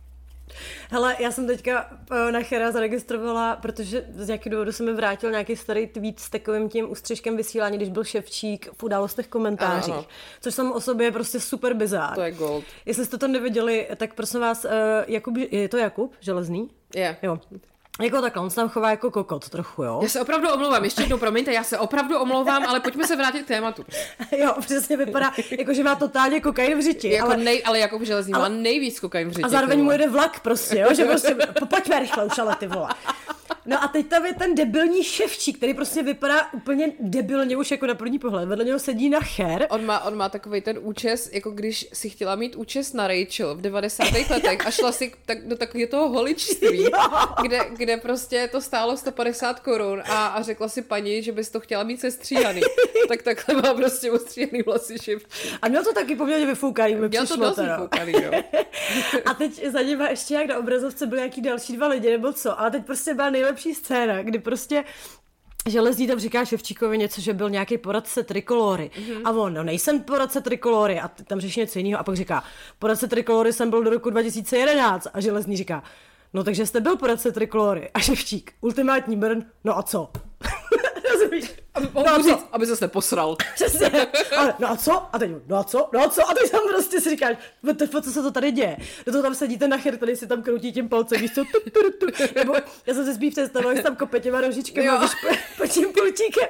Hele, já jsem teďka Nachera zaregistrovala, protože z nějakého důvodu se mi vrátil nějaký starý tweet s takovým tím ústřižkem vysílání, když byl Ševčík v událostech komentářích, ano, ano. Což samo o sobě je prostě super bizár. To je gold. Jestli jste to neviděli, tak prosím vás, uh, Jakub, je to Jakub Železný? Je. Yeah. Jo. Jako takhle, on se tam chová jako kokot trochu, jo? Já se opravdu omlouvám, ještě jednou, promiňte, já se opravdu omlouvám, ale pojďme se vrátit k tématu. Jo, přesně vypadá, jako že má totálně kokain v řiti. Jako ale, nej, ale Jakub Železný ale, má nejvíc kokain v řiti. A zároveň mu jede vlak prostě, jo? Že prostě, pojďme rychle už, ale ty vole. No a teď tam je ten debilní Ševčík, který prostě vypadá úplně debilně už jako na první pohled. Vedle něho sedí Nacher. On má, on má takovej ten účes, jako když si chtěla mít účes na Rachel v devadesátých letech a šla si tak, do takového toho holičství, kde, kde prostě to stálo sto padesát korun a, a řekla si paní, že bys to chtěla mít sestříhaný. Tak takhle má prostě ostříhaný vlasy Ševčík. A měl to taky poměrně vyfoukaný, mi měl přišlo to dost vyfoukaný, jo. A teď za něma ještě jak na obrazovce byly nějaký další dva lidi, nebo co. Ale teď prostě byla nejlepší scéna, kdy prostě Železný tam říká Ševčíkovi něco, že byl nějaký poradce Trikolory. Mm-hmm. A on, no nejsem poradce Trikolory. A tam řeší něco jiného. A pak říká, poradce Trikolory jsem byl do roku dva tisíce jedenáct. A Železný říká, no takže jste byl poradce Trikolory. A Ševčík, ultimátní Brn, no a co? Rozumíš? Aby, no a co? Aby zase neposral. Přesně. Ale, no a co? A teď, no a co? No a co? A teď tam prostě si říkáš, co se to tady děje? Do toho tam sedí ten Nacher, tady si tam kroutí tím palcem, víš co? Tu, tu, tu. Nebo já jsem se spíš představila, že tam kope těma rožičkama, víš, po, po tím pultíkem.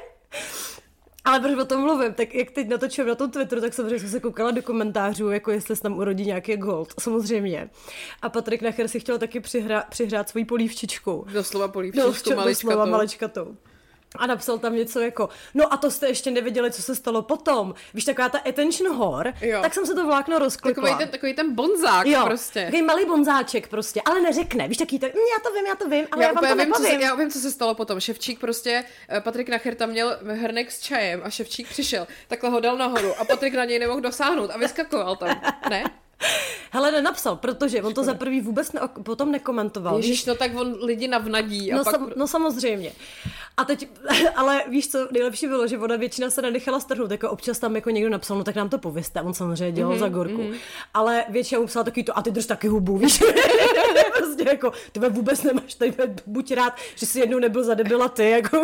Ale proč o tom mluvím, tak jak teď natočím na tom Twitteru, tak samozřejmě jsem se koukala do komentářů, jako jestli se tam urodí nějaký gold, samozřejmě. A Patrik Nacher si chtěl taky přihra, přihrát svoji polívčičku. Doslova polívčičku no, maličkatou. Doslova maličkatou. A napsal tam něco jako, no a to jste ještě nevěděli, co se stalo potom. Víš, taková ta attention whore, jo. Tak jsem se to vlákno rozklikla. Takový ten, takový ten bonzák jo, prostě. Takový malý bonzáček prostě, ale neřekne. Víš, taký tak, já to vím, já to vím, ale já, já vám to vím, nepovím. Co se, já vím, co se stalo potom. Ševčík prostě, Patrik Nacher tam měl hrnek s čajem a Ševčík přišel, takhle ho dal nahoru a Patrik na něj nemohl dosáhnout a vyskakoval tam, ne? Hele, nenapsal, protože on to za prvý vůbec ne, potom nekomentoval. Ježíš, no tak on lidi navnadí. A no, pak... sam, no samozřejmě. A teď, ale víš co, nejlepší bylo, že ona většina se nenechala strhnout, jako občas tam jako někdo napsal, no tak nám to pověste, on samozřejmě dělal mm-hmm, za gorku. Mm-hmm. Ale většina mu psala takový to, a ty drž taky hubu, víš. Prostě jako, ty vůbec nemáš, tady buď rád, že jsi jednou nebyl za debila ty, jako.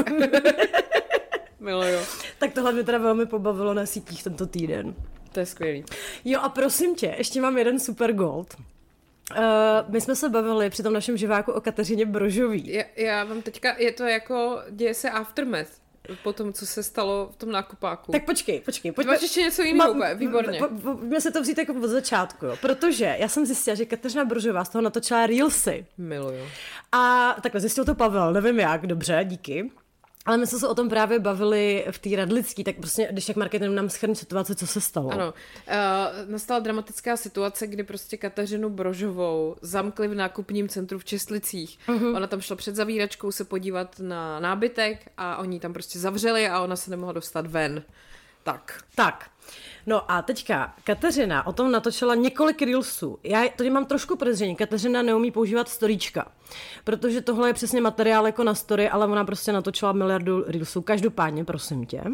Miluju. Tak tohle mě teda velmi pobavilo na sítích tento týden. To je skvělý. Jo a prosím tě, ještě mám jeden super gold. Uh, my jsme se bavili při tom našem živáku o Kateřině Brožový. Já, já vám teďka, je to jako, děje se aftermath po tom, co se stalo v tom nákupáku. Tak počkej, počkej. Pojďme. Máš ještě něco jiného, Ma, výborně. Pojďme se to vzít jako od začátku, jo. Protože já jsem zjistila, že Kateřina Brožová z toho natočila reelsy. Miluju. A takhle zjistil to Pavel, nevím jak, dobře, díky. Ale my jsme se o tom právě bavili v té Radlický, tak prostě, když tak Marketing nám shrní situaci, co se stalo. Ano, uh, nastala dramatická situace, kdy prostě Kateřinu Brožovou zamkli v nákupním centru v Čestlicích. Uh-huh. Ona tam šla před zavíračkou se podívat na nábytek a oni tam prostě zavřeli a ona se nemohla dostat ven. Tak. Tak. No a teďka Kateřina o tom natočila několik reelsů. Já tady mám trošku podezření. Kateřina neumí používat storíčka, protože tohle je přesně materiál jako na story, ale ona prostě natočila miliardu reelsů. Každopádně, prosím tě.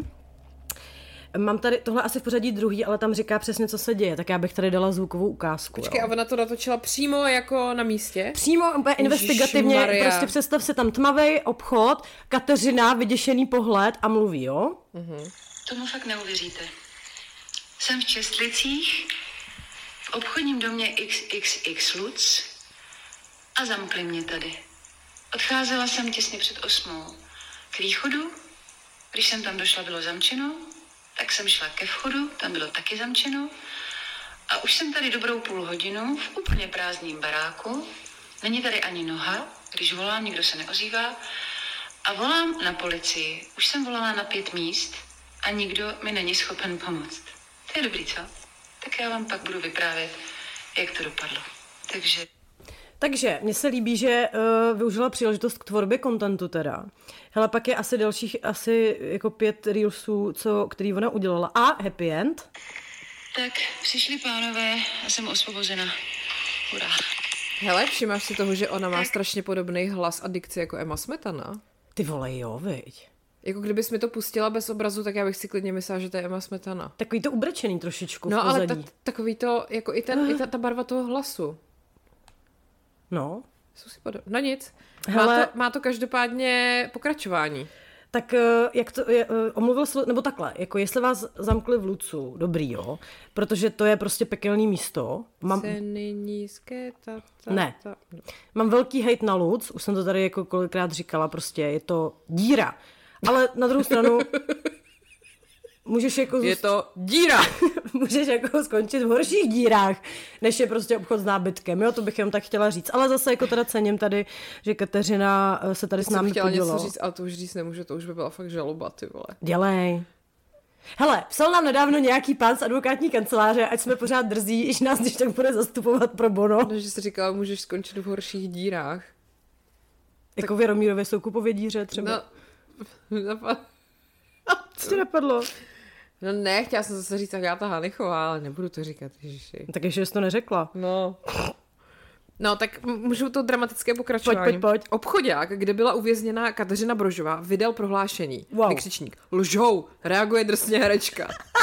Mám tady, tohle asi v pořadí druhý, ale tam říká přesně, co se děje, tak já bych tady dala zvukovou ukázku. Počkej, jo. A ona to natočila přímo jako na místě? Přímo, úplně investigativně, Ježišmarja. Prostě představ si tam tmavý obchod, Kateřina, vyděšený pohled a mluví, jo? Mhm. Tomu fakt neuvěříte. Jsem v Čestlicích, v obchodním domě iks iks iks Lutz a zamkli mě tady. Odcházela jsem těsně před osmou k východu, když jsem tam došla, bylo zamčeno, tak jsem šla ke vchodu, tam bylo taky zamčeno a už jsem tady dobrou půl hodinu v úplně prázdném baráku, není tady ani noha, když volám, nikdo se neozývá a volám na policii. Už jsem volala na pět míst a nikdo mi není schopen pomoct. To je dobrý, co? Tak já vám pak budu vyprávět, jak to dopadlo. Takže... Takže mně se líbí, že uh, využila příležitost k tvorbě kontentu teda. Hele, pak je asi dalších asi jako pět reelsů, co, který ona udělala. A happy end. Tak, přišli pánové a jsem osvobozena. Hurá. Hele, všimáš si toho, že ona má strašně podobný hlas a dikci jako Emma Smetana? Ty vole, jo, viď. Jako kdybys mi to pustila bez obrazu, tak já bych si klidně myslela, že to je Emma Smetana. Takový to ubrečený trošičku no, v pozadí. No, ale ta, takový to, jako i, ten, i ta, ta barva toho hlasu. No. Jsou si podobné. No nic. Hele, má, to, má to každopádně pokračování. Tak jak to, je, omluvil se, nebo takhle, jako jestli vás zamkli v Lucu, dobrý, jo, protože to je prostě pekelný místo. Mám... Ceny nízké, ta, ta, Ne. Ta. Mám velký hejt na Luc, už jsem to tady jako kolikrát říkala, prostě je to díra. Ale na druhou stranu můžeš jako... Je to díra! Můžeš jako skončit v horších dírách, než je prostě obchod s nábytkem, jo, to bych jenom tak chtěla říct. Ale zase jako teda cením tady, že Kateřina se tady Teď s námi chtěla podělala. něco říct, ale to už říct nemůžu, to už by byla fakt žaloba, ty vole. Dělej. Hele, psal nám nedávno nějaký pán z advokátní kanceláře, ať jsme pořád drzí, iž nás když tak bude zastupovat pro bono. No, že jsi říkala, můžeš skončit v horších dírách. Jako v Jaromírově Soukupově díře třeba. No, Co ti napadlo? No ne, chtěla jsem zase říct Agáta Hanichová, ale nebudu to říkat, ježiši. Tak ještě jsi to neřekla. No. No, tak můžu to dramatické pokračování. Pojď, pojď, pojď. Obchodák, kde byla uvězněná Kateřina Brožová, vydal prohlášení. Wow. Vykřičník. Lžou, reaguje drsně herečka.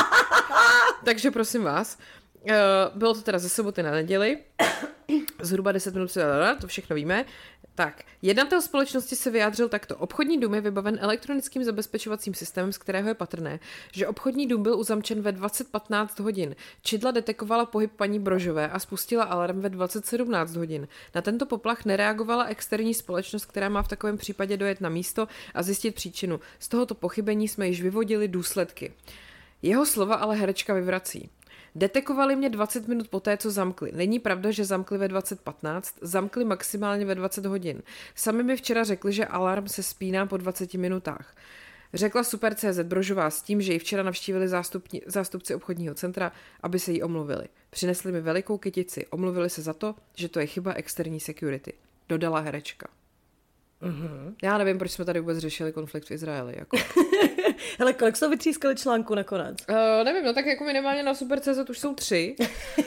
Takže prosím vás, bylo to teda ze soboty na neděli, zhruba deset minut, to všechno víme. Tak, jednatel společnosti se vyjádřil takto. Obchodní dům je vybaven elektronickým zabezpečovacím systémem, z kterého je patrné, že obchodní dům byl uzamčen ve dvacet patnáct hodin. Čidla detekovala pohyb paní Brožové a spustila alarm ve dvacet sedmnáct hodin. Na tento poplach nereagovala externí společnost, která má v takovém případě dojet na místo a zjistit příčinu. Z tohoto pochybení jsme již vyvodili důsledky. Jeho slova ale herečka vyvrací. Detekovali mě dvacet minut poté, co zamkli. Není pravda, že zamkli ve dvacet patnáct, zamkli maximálně ve dvacet hodin. Sami mi včera řekli, že alarm se spíná po dvaceti minutách. Řekla Super tečka cé zet Brožová s tím, že ji včera navštívili zástupni, zástupci obchodního centra, aby se jí omluvili. Přinesli mi velikou kytici, omluvili se za to, že to je chyba externí security. Dodala herečka. Mm-hmm. Já nevím, proč jsme tady vůbec řešili konflikt v Izraeli. Jako. Hele, kolik jsou vytřískali článku nakonec? Uh, nevím, no tak jako minimálně na Super tečka cé zet už jsou tři,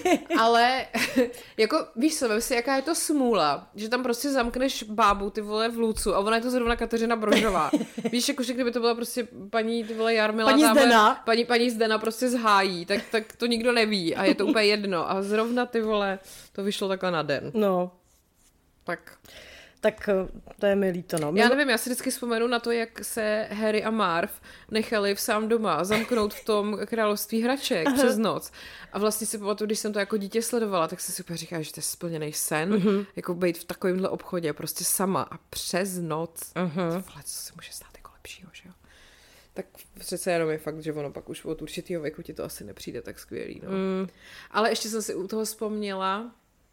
ale jako víš co, vem si, jaká je to smůla, že tam prostě zamkneš bábu, ty vole, v Lucu a ona je to zrovna Kateřina Brožová. Víš, jako že kdyby to byla prostě paní, ty vole, Jarmila, paní tamhle, Zdena. Paní, paní Zdena prostě zhájí, tak, tak to nikdo neví a je to úplně jedno a zrovna ty vole, to vyšlo takhle na den. No. Tak... Tak to je mi líto, no. Já nevím, já si vždycky vzpomenu na to, jak se Harry a Marv nechali v sám doma zamknout v tom království hraček Aha. přes noc. A vlastně si pamatuju, když jsem to jako dítě sledovala, tak si úplně říká, že to je splněný sen, uh-huh. jako být v takovémhle obchodě prostě sama a přes noc. Uh-huh. To vole, co se může stát jako lepšího, že jo? Tak přece jenom je fakt, že ono pak už od určitého věku ti to asi nepřijde tak skvělý, no. Mm. Ale ještě jsem si u toho vzpomněla,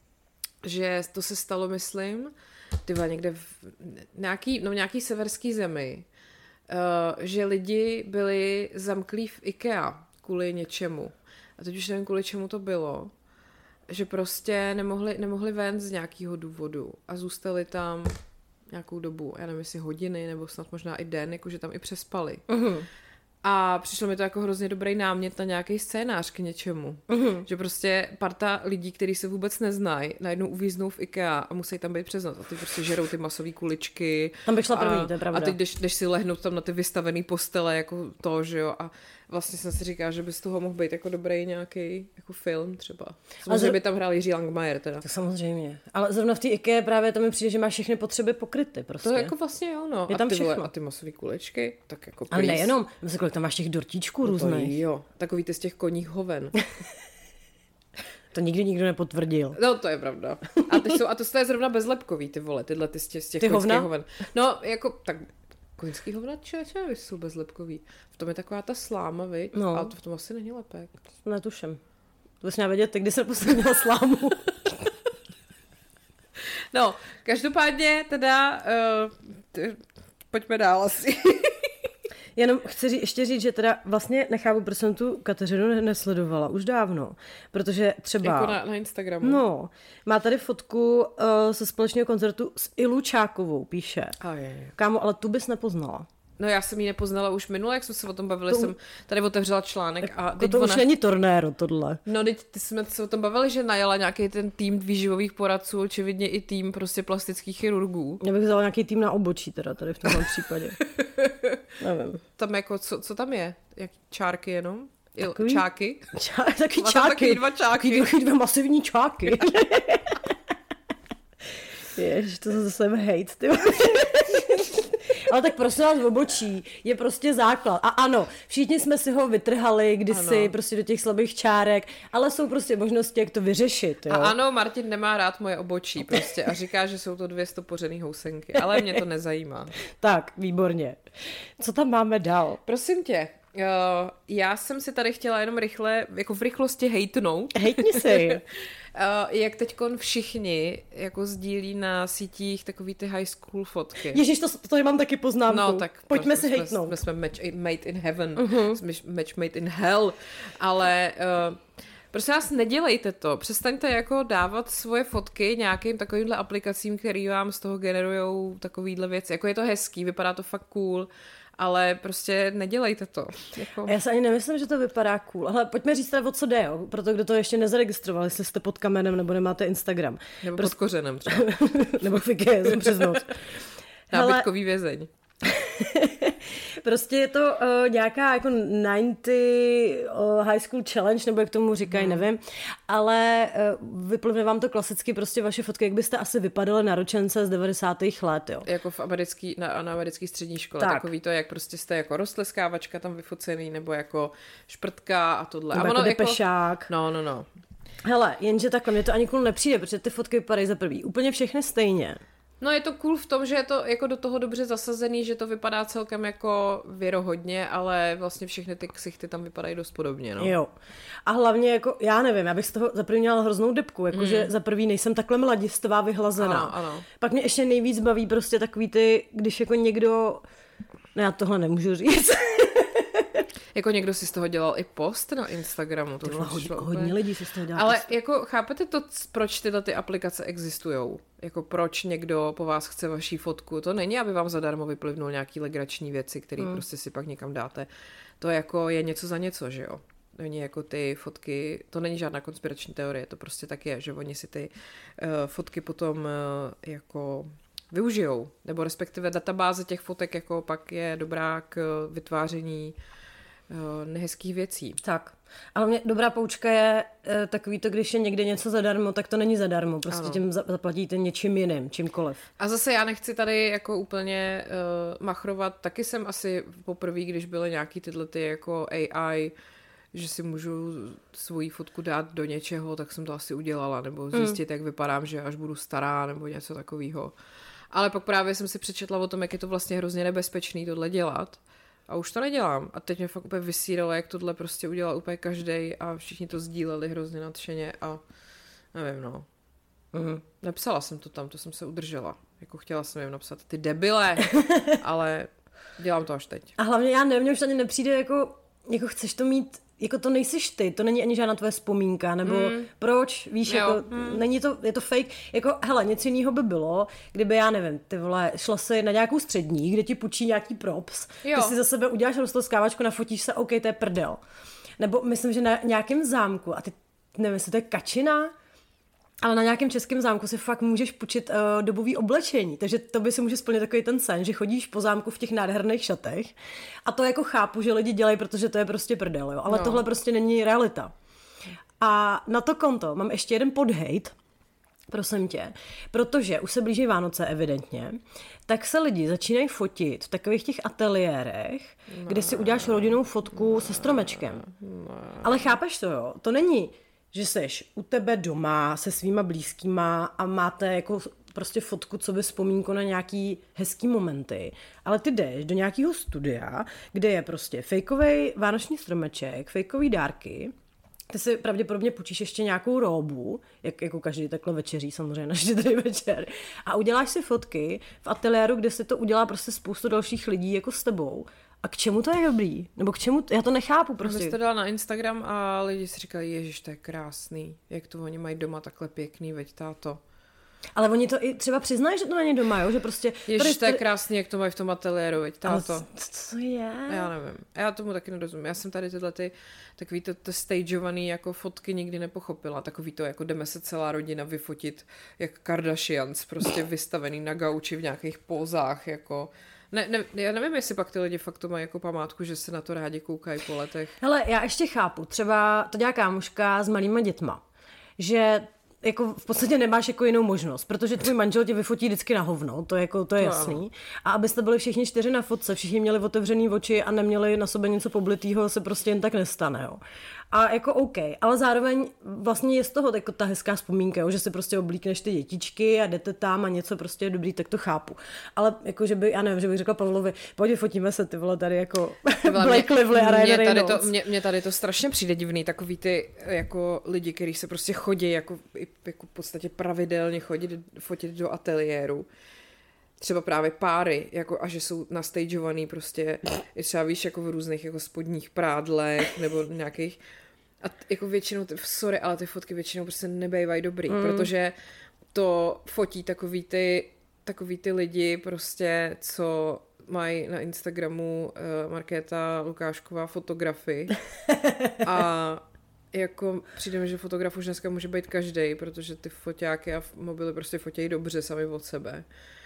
že to se stalo, myslím, tyva někde v nějaký, no nějaký severský zemi, uh, že lidi byli zamklí v IKEA kvůli něčemu. A teď už nevím, kvůli čemu to bylo. Že prostě nemohli, nemohli ven z nějakého důvodu a zůstali tam nějakou dobu, já nevím, jestli hodiny, nebo snad možná i den, jakože tam i přespali. Uh-huh. A přišlo mi to jako hrozně dobrý námět na nějaký scénář k něčemu. Mm-hmm. Že prostě parta lidí, kteří se vůbec neznají, najednou uvíznou v IKEA a musí tam být přes noc. A ty prostě žerou ty masové kuličky. Tam bych šla první, a, to je pravda. A teď jdeš, jdeš si lehnout tam na ty vystavené postele, jako to, že jo. A vlastně jsem si říkala, že by z toho mohl být jako dobrý nějaký jako film třeba. Samozřejmě by tam hrál Jiří Langmajer teda. To samozřejmě. Ale zrovna v té IKEA právě to mi přijde, že máš všechny potřeby pokryty prostě. To je jako vlastně jo, no. Je tam a, ty vole, všechno. a ty masové kuličky, tak jako Ale please. nejenom, myslím, kolik tam máš těch dortíčků No různých. jo, takový ty z těch koních hoven. To nikdy nikdo nepotvrdil. No, to je pravda. A, ty jsou, a to je zrovna bezlepkový, ty vole, tyhle ty z těch, z těch Ty koňských hovna? hoven. No, jako, tak koňský hovna, če, če, jsou bezlepkový. V tom je taková ta sláma, viď? No. Ale to v tom asi není lepek. Netuším. To bys měla vědět, ty, kdy se posledně měla slámu. No, každopádně teda, uh, ty, pojďme dál asi. Jenom chci ří, ještě říct, že teda vlastně nechápu, proč jsem tu Kateřinu ne- nesledovala už dávno, protože třeba... Jako na, na Instagramu. No, má tady fotku uh, ze společného koncertu s Ilu Čákovou, píše. A je, je. Kámo, ale tu bys nepoznala. No já jsem ji nepoznala už minule, jak jsme se o tom bavili, to, jsem tady otevřela článek a To, teď to ona... už není tornéro, tohle. No, teď ty jsme se o tom bavili, že najela nějaký ten tým výživových poradců, očividně i tým prostě plastických chirurgů. Já bych vzala nějaký tým na obočí teda tady v tomhle případě. Nevím. Tam jako, co, co tam je? Jak čárky jenom? Il, Takový? čáky? Čá, taky Má tam čáky. takový dva čáky. Takový, takový dva masivní čáky. Jež, to zase jsem hejt, ty. Ale tak prosím vás, obočí je prostě základ. A ano, všichni jsme si ho vytrhali kdysi ano. prostě do těch slabých čárek, ale jsou prostě možnosti, jak to vyřešit. Jo? A ano, Martin nemá rád moje obočí prostě a říká, že jsou to dvě stopořený housenky, ale mě to nezajímá. Tak, výborně. Co tam máme dál? Prosím tě, uh, já jsem si tady chtěla jenom rychle, jako v rychlosti hejtnout. Hejtni si. Uh, jak teďkon všichni jako sdílí na sítích takový ty high school fotky. Ježíš, to, to tady mám taky poznámku. No, tak pojďme jsme, si hejtnout. Jsme, jsme match made in heaven, uh-huh. jsme match made in hell, ale uh, prosím vás, nedělejte to. Přestaňte jako dávat svoje fotky nějakým takovýmhle aplikacím, který vám z toho generujou takovýhle věci. Jako je to hezký, vypadá to fakt cool, ale prostě nedělejte to. Jako... Já si ani nemyslím, že to vypadá cool. Ale pojďme říct teda, o co jde, jo? Proto kdo to ještě nezaregistroval, jestli jste pod kamenem nebo nemáte Instagram. Nebo Prost... pod kořenem třeba. Nebo v IKEA, jsem přes noc. Nábytkový vězeň. Prostě je to uh, nějaká jako devadesátá uh, high school challenge, nebo jak tomu říkají, hmm. nevím, ale uh, vyplivne vám to klasicky prostě vaše fotky, jak byste asi vypadali na ročence z devadesátých let, jo. Jako v americký, na, na americký střední škole, tak. Takový to, jak prostě jste jako rostleskávačka tam vyfocený, nebo jako šprtka a tohle. Nebo a jako ono depešák. No, no, no. Hele, jenže takhle, mě to ani cool nepřijde, protože ty fotky vypadají za prvý úplně všechny stejně. No je to cool v tom, že je to jako do toho dobře zasazený, že to vypadá celkem jako věrohodně, ale vlastně všechny ty ksichty tam vypadají dost podobně, no. Jo. A hlavně jako, já nevím, já bych z toho za první měla hroznou debku, jakože mm. za první nejsem takhle mladistvá, vyhlazená. Ano, ano. Pak mě ještě nejvíc baví prostě takový ty, když jako někdo, no já tohle nemůžu říct. Jako někdo si z toho dělal i post na Instagramu. To hodně, hodně lidí si z toho dělá Ale post. jako chápete to, proč tyhle ty aplikace existujou? Jako proč někdo po vás chce vaší fotku? To není, aby vám zadarmo vyplivnul nějaký legrační věci, které hmm. prostě si pak někam dáte. To jako je něco za něco, že jo? Oni jako ty fotky, to není žádná konspirační teorie, to prostě tak je, že oni si ty uh, fotky potom uh, jako využijou, nebo respektive databáze těch fotek jako pak je dobrá k vytváření uh, nehezkých věcí. Tak. Ale mě dobrá poučka je e, takový to, když je někde něco zadarmo, tak to není zadarmo. Prostě ano. Tím zaplatíte něčím jiným, čímkoliv. A zase já nechci tady jako úplně uh, machrovat. Taky jsem asi poprvé, když byly nějaký tyhle ty jako A I, že si můžu svoji fotku dát do něčeho, tak jsem to asi udělala. Nebo zjistit, mm. jak vypadám, že až budu stará, nebo něco takového. Ale pak právě jsem si přečetla o tom, jak je to vlastně hrozně nebezpečný tohle dělat. A už to nedělám. A teď mě fakt úplně vysíralo, jak tohle prostě udělal úplně každej a všichni to sdíleli hrozně nadšeně a nevím, no. Mm. Nepsala jsem to tam, to jsem se udržela. Jako chtěla jsem jim napsat ty debile, ale dělám to až teď. A hlavně já nevím, mně už ani nepřijde jako, jako chceš to mít jako to nejsiš ty, to není ani žádná tvoje vzpomínka, nebo mm. proč, víš, jo. jako, mm. není to, je to fake, jako, hele, něco jiného by bylo, kdyby, já nevím, ty vole, šla si na nějakou střední, kde ti půjčí nějaký props, jo. Ty si za sebe uděláš rostlskávačku, nafotíš se, OK, to je prdel. Nebo myslím, že na nějakém zámku, a ty, nevím, jestli to je kačina, ale na nějakém českém zámku si fakt můžeš půjčit uh, dobový oblečení, takže to by si může splnit takový ten sen, že chodíš po zámku v těch nádherných šatech a to jako chápu, že lidi dělají, protože to je prostě prdel, jo, ale no. Tohle prostě není realita. A na to konto mám ještě jeden podhejt, prosím tě, protože už se blíží Vánoce evidentně, tak se lidi začínají fotit v takových těch ateliérech, no. Kde si uděláš rodinnou fotku no. Se stromečkem. No. Ale chápeš to, jo? To není, že seš u tebe doma se svýma blízkýma a máte jako prostě fotku, co by vzpomínku na nějaký hezký momenty, ale ty jdeš do nějakého studia, kde je prostě fejkovej vánoční stromeček, fejkový dárky, ty si pravděpodobně půjčíš ještě nějakou róbu, jak jako každý takhle večeří samozřejmě na štědrý večer, a uděláš si fotky v ateliéru, kde si to udělá prostě spoustu dalších lidí jako s tebou. A k čemu to je dobrý? Nebo k čemu? Já to nechápu prostě. Jsi to dala na Instagram a lidi si říkali, ježiš, to je krásný. Jak to oni mají doma takhle pěkný, veď táto. Ale oni to i třeba přiznají, že to není doma, jo? Že prostě... Ježiš, to je krásný, jak to mají v tom ateliéru, veď táto. Ale co je? Já nevím. Já tomu taky nerozumím. Já jsem tady tyhle ty, takový to, to stageovaný jako fotky nikdy nepochopila. Takový to, jako jdeme se celá rodina vyfotit, jak Kardashians, prostě vystavený na gauči v nějakých pózách, jako... Ne, ne, já nevím, jestli pak ty lidi fakt to mají jako památku, že se na to rádi koukají po letech. Hele, já ještě chápu, třeba to dělá kámoška s malýma dětma, že jako v podstatě nemáš jako jinou možnost, protože tvůj manžel tě vyfotí vždycky na hovno, to je, jako, to je to jasný. Ano. A abyste byli všichni čtyři na fotce, všichni měli otevřený oči a neměli na sobě něco poblitýho, se prostě jen tak nestane, jo. A jako OK, ale zároveň vlastně je z toho jako ta hezká vzpomínka, jo, že si prostě oblíkneš ty dětičky a jdete tam a něco prostě je dobrý, tak to chápu. Ale jako, že by, já nevím, že bych řekla Pavlovi, pojď, fotíme se, ty vole, tady jako Blake Lively a Ryan Reynolds. Mně, mně tady to strašně přijde divný, takový ty jako lidi, kteří se prostě chodí jako, jako v podstatě pravidelně chodit, fotit do ateliéru. Třeba právě páry, jako a že jsou nastageovaný prostě, i třeba víš, jako v různých jako spodních prádlech nebo nějakých, a t, jako většinou, t, sorry, ale ty fotky většinou prostě nebejvají dobrý, mm. protože to fotí takový ty, takový ty lidi prostě, co mají na Instagramu uh, Markéta Lukášková fotografy a jako přijde mi, že fotograf už dneska může být každej, protože ty foťáky a mobily prostě fotějí dobře sami od sebe.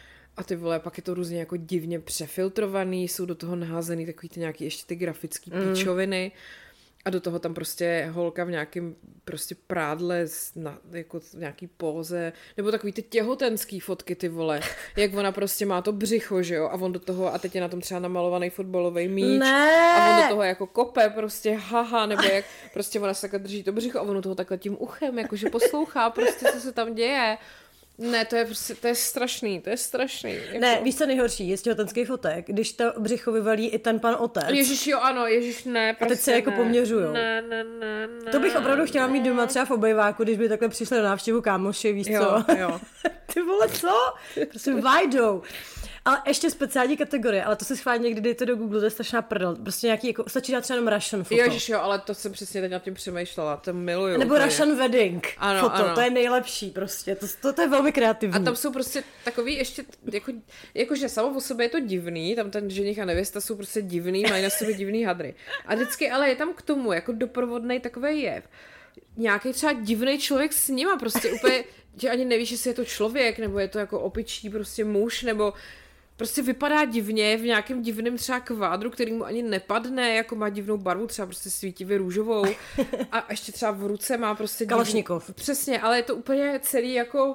A ty vole, pak je to různě jako divně přefiltrovaný, jsou do toho naházený takový ty nějaký ještě ty grafický mm. píčoviny a do toho tam prostě holka v nějakém prostě prádle na, jako v nějaký póze, nebo takový ty těhotenský fotky, ty vole, jak ona prostě má to břicho, že jo, a on do toho, a teď je na tom třeba namalovaný fotbalový míč ne. A on do toho jako kope prostě haha, nebo jak prostě ona se takhle drží to břicho a on do toho takhle tím uchem, jakože poslouchá prostě, co se tam děje. Ne, to je prostě, to je strašný, to je strašný. Jako... Ne, víš co nejhorší, je z těhotenských fotek, když to břicho vyvalí i ten pan otec. Ježiš, jo, ano, ježiš, ne, prostě a teď se ne. jako poměřujou. Ne, ne, ne, ne. To bych opravdu chtěla mít doma třeba v obejváku, když by takhle přišli na návštěvu kámoši, víš jo, co? Jo. Ty vole, co? Prostě vajdou. Ale ještě speciální kategorie, ale to si schválně někdy dejte do Google, to je strašná prdel. Prostě nějaký, jako, stačí dát třeba jenom Russian foto. Ježiš, jo, ale to jsem přesně teď nad tím přemýšlela, to miluju. Nebo úplně. Russian wedding ano, foto, ano. To je nejlepší prostě, to, to, to je velmi kreativní. A tam jsou prostě takový ještě, jako, jakože samo o sobě je to divný, tam ten ženich a nevěsta jsou prostě divný, mají na sobě divný hadry. A vždycky ale je tam k tomu, jako doprovodnej takovej jev. Nějaký třeba divný člověk s nima, prostě úplně, že ani nevíš, jestli je to člověk, nebo je to jako opičí prostě muž, nebo prostě vypadá divně v nějakém divném třeba kvádru, který mu ani nepadne, jako má divnou barvu, třeba prostě svítivě růžovou a ještě třeba v ruce má prostě Kalašnikov. Divný, přesně, ale je to úplně celý jako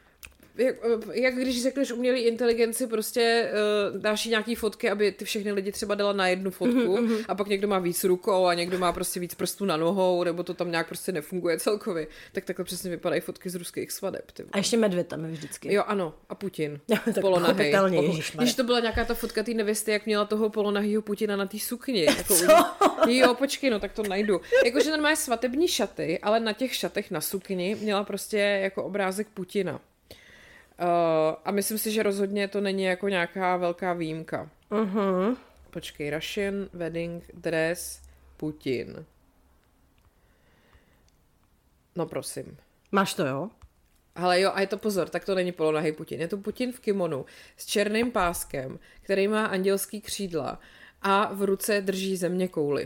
jak, jak když řekneš umělý inteligenci, prostě uh, dáš jí nějaký fotky, aby ty všechny lidi třeba dala na jednu fotku mm-hmm. a pak někdo má víc rukou a někdo má prostě víc prstů na nohou, nebo to tam nějak prostě nefunguje celkově. Tak takhle přesně vypadají fotky z ruských svadeb. Ty. A ještě medvěd tam je vždycky. Jo, ano. A Putin. Polonahej. Když to byla nějaká ta fotka té nevěsty, jak měla toho polonahýho Putina na té sukni. Jako Co? Jo, počkej, no tak to najdu. Jakože normálně svatební šaty, ale na těch šatech na sukni měla prostě jako obrázek Putina. Uh, a myslím si, že rozhodně to není jako nějaká velká výjimka. Uh-huh. Počkej, Russian wedding dress Putin. No prosím. Máš to, jo? Ale jo, a je to pozor, tak to není polonahý Putin. Je to Putin v kimonu s černým páskem, který má andělský křídla a v ruce drží země kouli.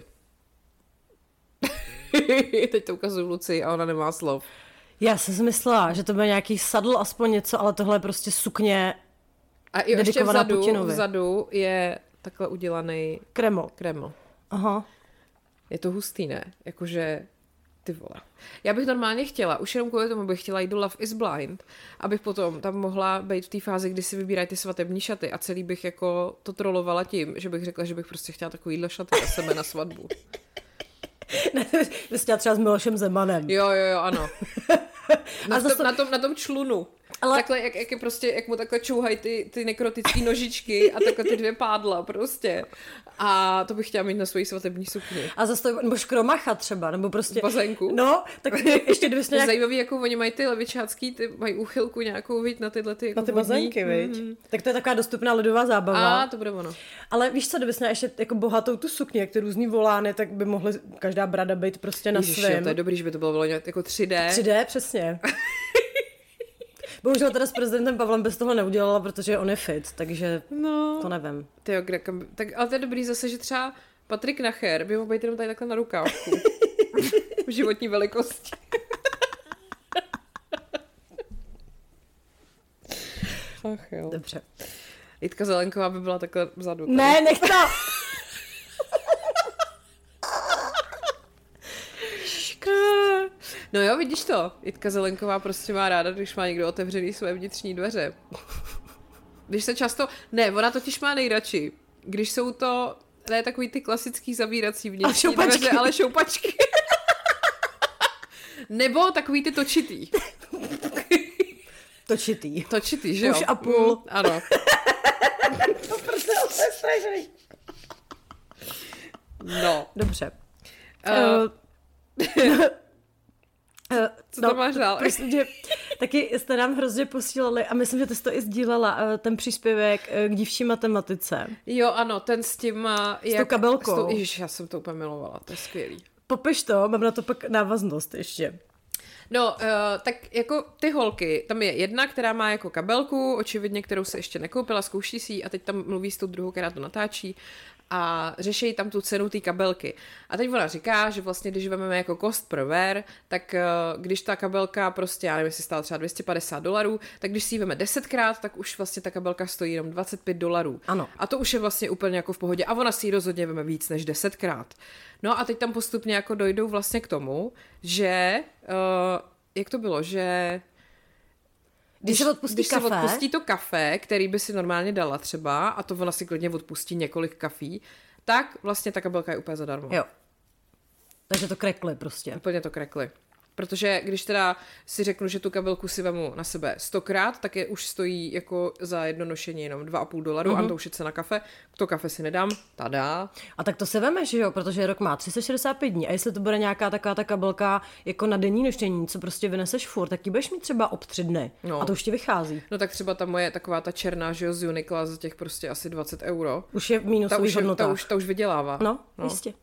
Teď to ukazuju Lucii a ona nemá slov. Já jsem si myslela, že to bude nějaký sadl, aspoň něco, ale tohle je prostě sukně a i ještě dedikovaná vzadu, Putinovi. vzadu je takhle udělaný Kreml. Kreml. Aha. Je to hustý, ne? Jakože ty vole. Já bych normálně chtěla, už jenom kvůli tomu bych chtěla jít do Love is Blind, abych potom tam mohla být v té fázi, kdy si vybírají ty svatební šaty a celý bych jako to trolovala tím, že bych řekla, že bych prostě chtěla takovýhle šaty na sebe na svatbu. Ne, bys chtěla třeba s Milošem Zemanem. Jo, jo, jo, ano. Na, zase... to, na, tom, na tom člunu. Ale... Takhle, jak, jak, je prostě, jak mu takhle čouhají ty, ty nekrotické nožičky a takhle ty dvě pádla prostě. A to bych chtěla mít na svojí svatební sukni. A zase to, nebo škromacha třeba, nebo prostě... V bazénku. No, tak ještě kdybys nějak... Zajímavý, jako oni mají ty levičácký, ty mají úchylku nějakou, viď, na tyhle ty jako na ty vodní. bazénky, viď. Mm-hmm. Tak to je taková dostupná ledová zábava. A to bude ono. Ale víš co, kdybys měla ještě jako bohatou tu sukni, jak ty různý volány, tak by mohly každá brada být prostě na Ježiš, svém. Jo, to je dobrý, že by to bylo bylo jako tři dé. tři dé, přesně. Bohužel teda s prezidentem Pavlem bez toho neudělala, protože on je fit, takže no. To nevím. Tyjo, kde, tak, ale to je dobrý zase, že třeba Patrik Nacher by mohl být jenom tady takhle na rukávku. V životní velikosti. Ach jo. Dobře. Jitka Zelenková by byla takhle vzadu. Tady. Ne, nech to! No jo, vidíš to. Jitka Zelenková prostě má ráda, když má někdo otevřený své vnitřní dveře. Když se často... Ne, ona totiž má nejradši. Když jsou to... Ne, takový ty klasický zavírací vnitřní dveře, ale šoupačky. Nebo takový ty točitý. Točitý. Točitý, že jo? Už a půl. Mm, ano. To prostě je strašný. No. Dobře. Uh, Uh, Co no, to máš dál? Prostě, že taky jste nám hrozně posílali a myslím, že ty jsi to i sdílela, uh, ten příspěvek uh, k dívčí matematice. Jo, ano, ten s tím... Uh, s jak, tou kabelkou. S tou, ježiš, já jsem to úplně milovala, to je skvělý. Popiš to, mám na to pak návaznost ještě. No, uh, tak jako ty holky, tam je jedna, která má jako kabelku, očividně, kterou se ještě nekoupila, zkouší si ji a teď tam mluví s tou druhou, která to natáčí a řeší tam tu cenu té kabelky. A teď ona říká, že vlastně, když vezmeme jako cost per wear, tak uh, když ta kabelka prostě, já nevím, jestli stála třeba dvě stě padesát dolarů, tak když si ji veme desetkrát, tak už vlastně ta kabelka stojí jenom dvacet pět dolarů. Ano. A to už je vlastně úplně jako v pohodě. A ona si ji rozhodně veme víc než desetkrát. No a teď tam postupně jako dojdou vlastně k tomu, že, uh, jak to bylo, že... Když, když se odpustí když kafe. se odpustí to kafe, který by si normálně dala třeba, a to ona si klidně odpustí několik kafí, tak vlastně ta kabelka je úplně zadarmo. Jo. Takže to krekli prostě. Úplně to krekli. Protože když teda si řeknu, že tu kabelku si vemu na sebe stokrát, tak je už stojí jako za jedno nošení jenom dva a půl dolaru uh-huh. a to už je cena kafe. To kafe si nedám, tada. A tak to se vemeš, že jo, protože rok má tři sta šedesát pět dní a jestli to bude nějaká taková ta kabelka jako na denní nošení, co prostě vyneseš furt, tak ji budeš mít třeba ob tři dny no. A to už ti vychází. No tak třeba ta moje taková ta černá, že jo, z Uniqla za těch prostě asi dvacet euro. Už je v minusových hodnotách. Ta už, ta už vydělává. No, no. Jistě.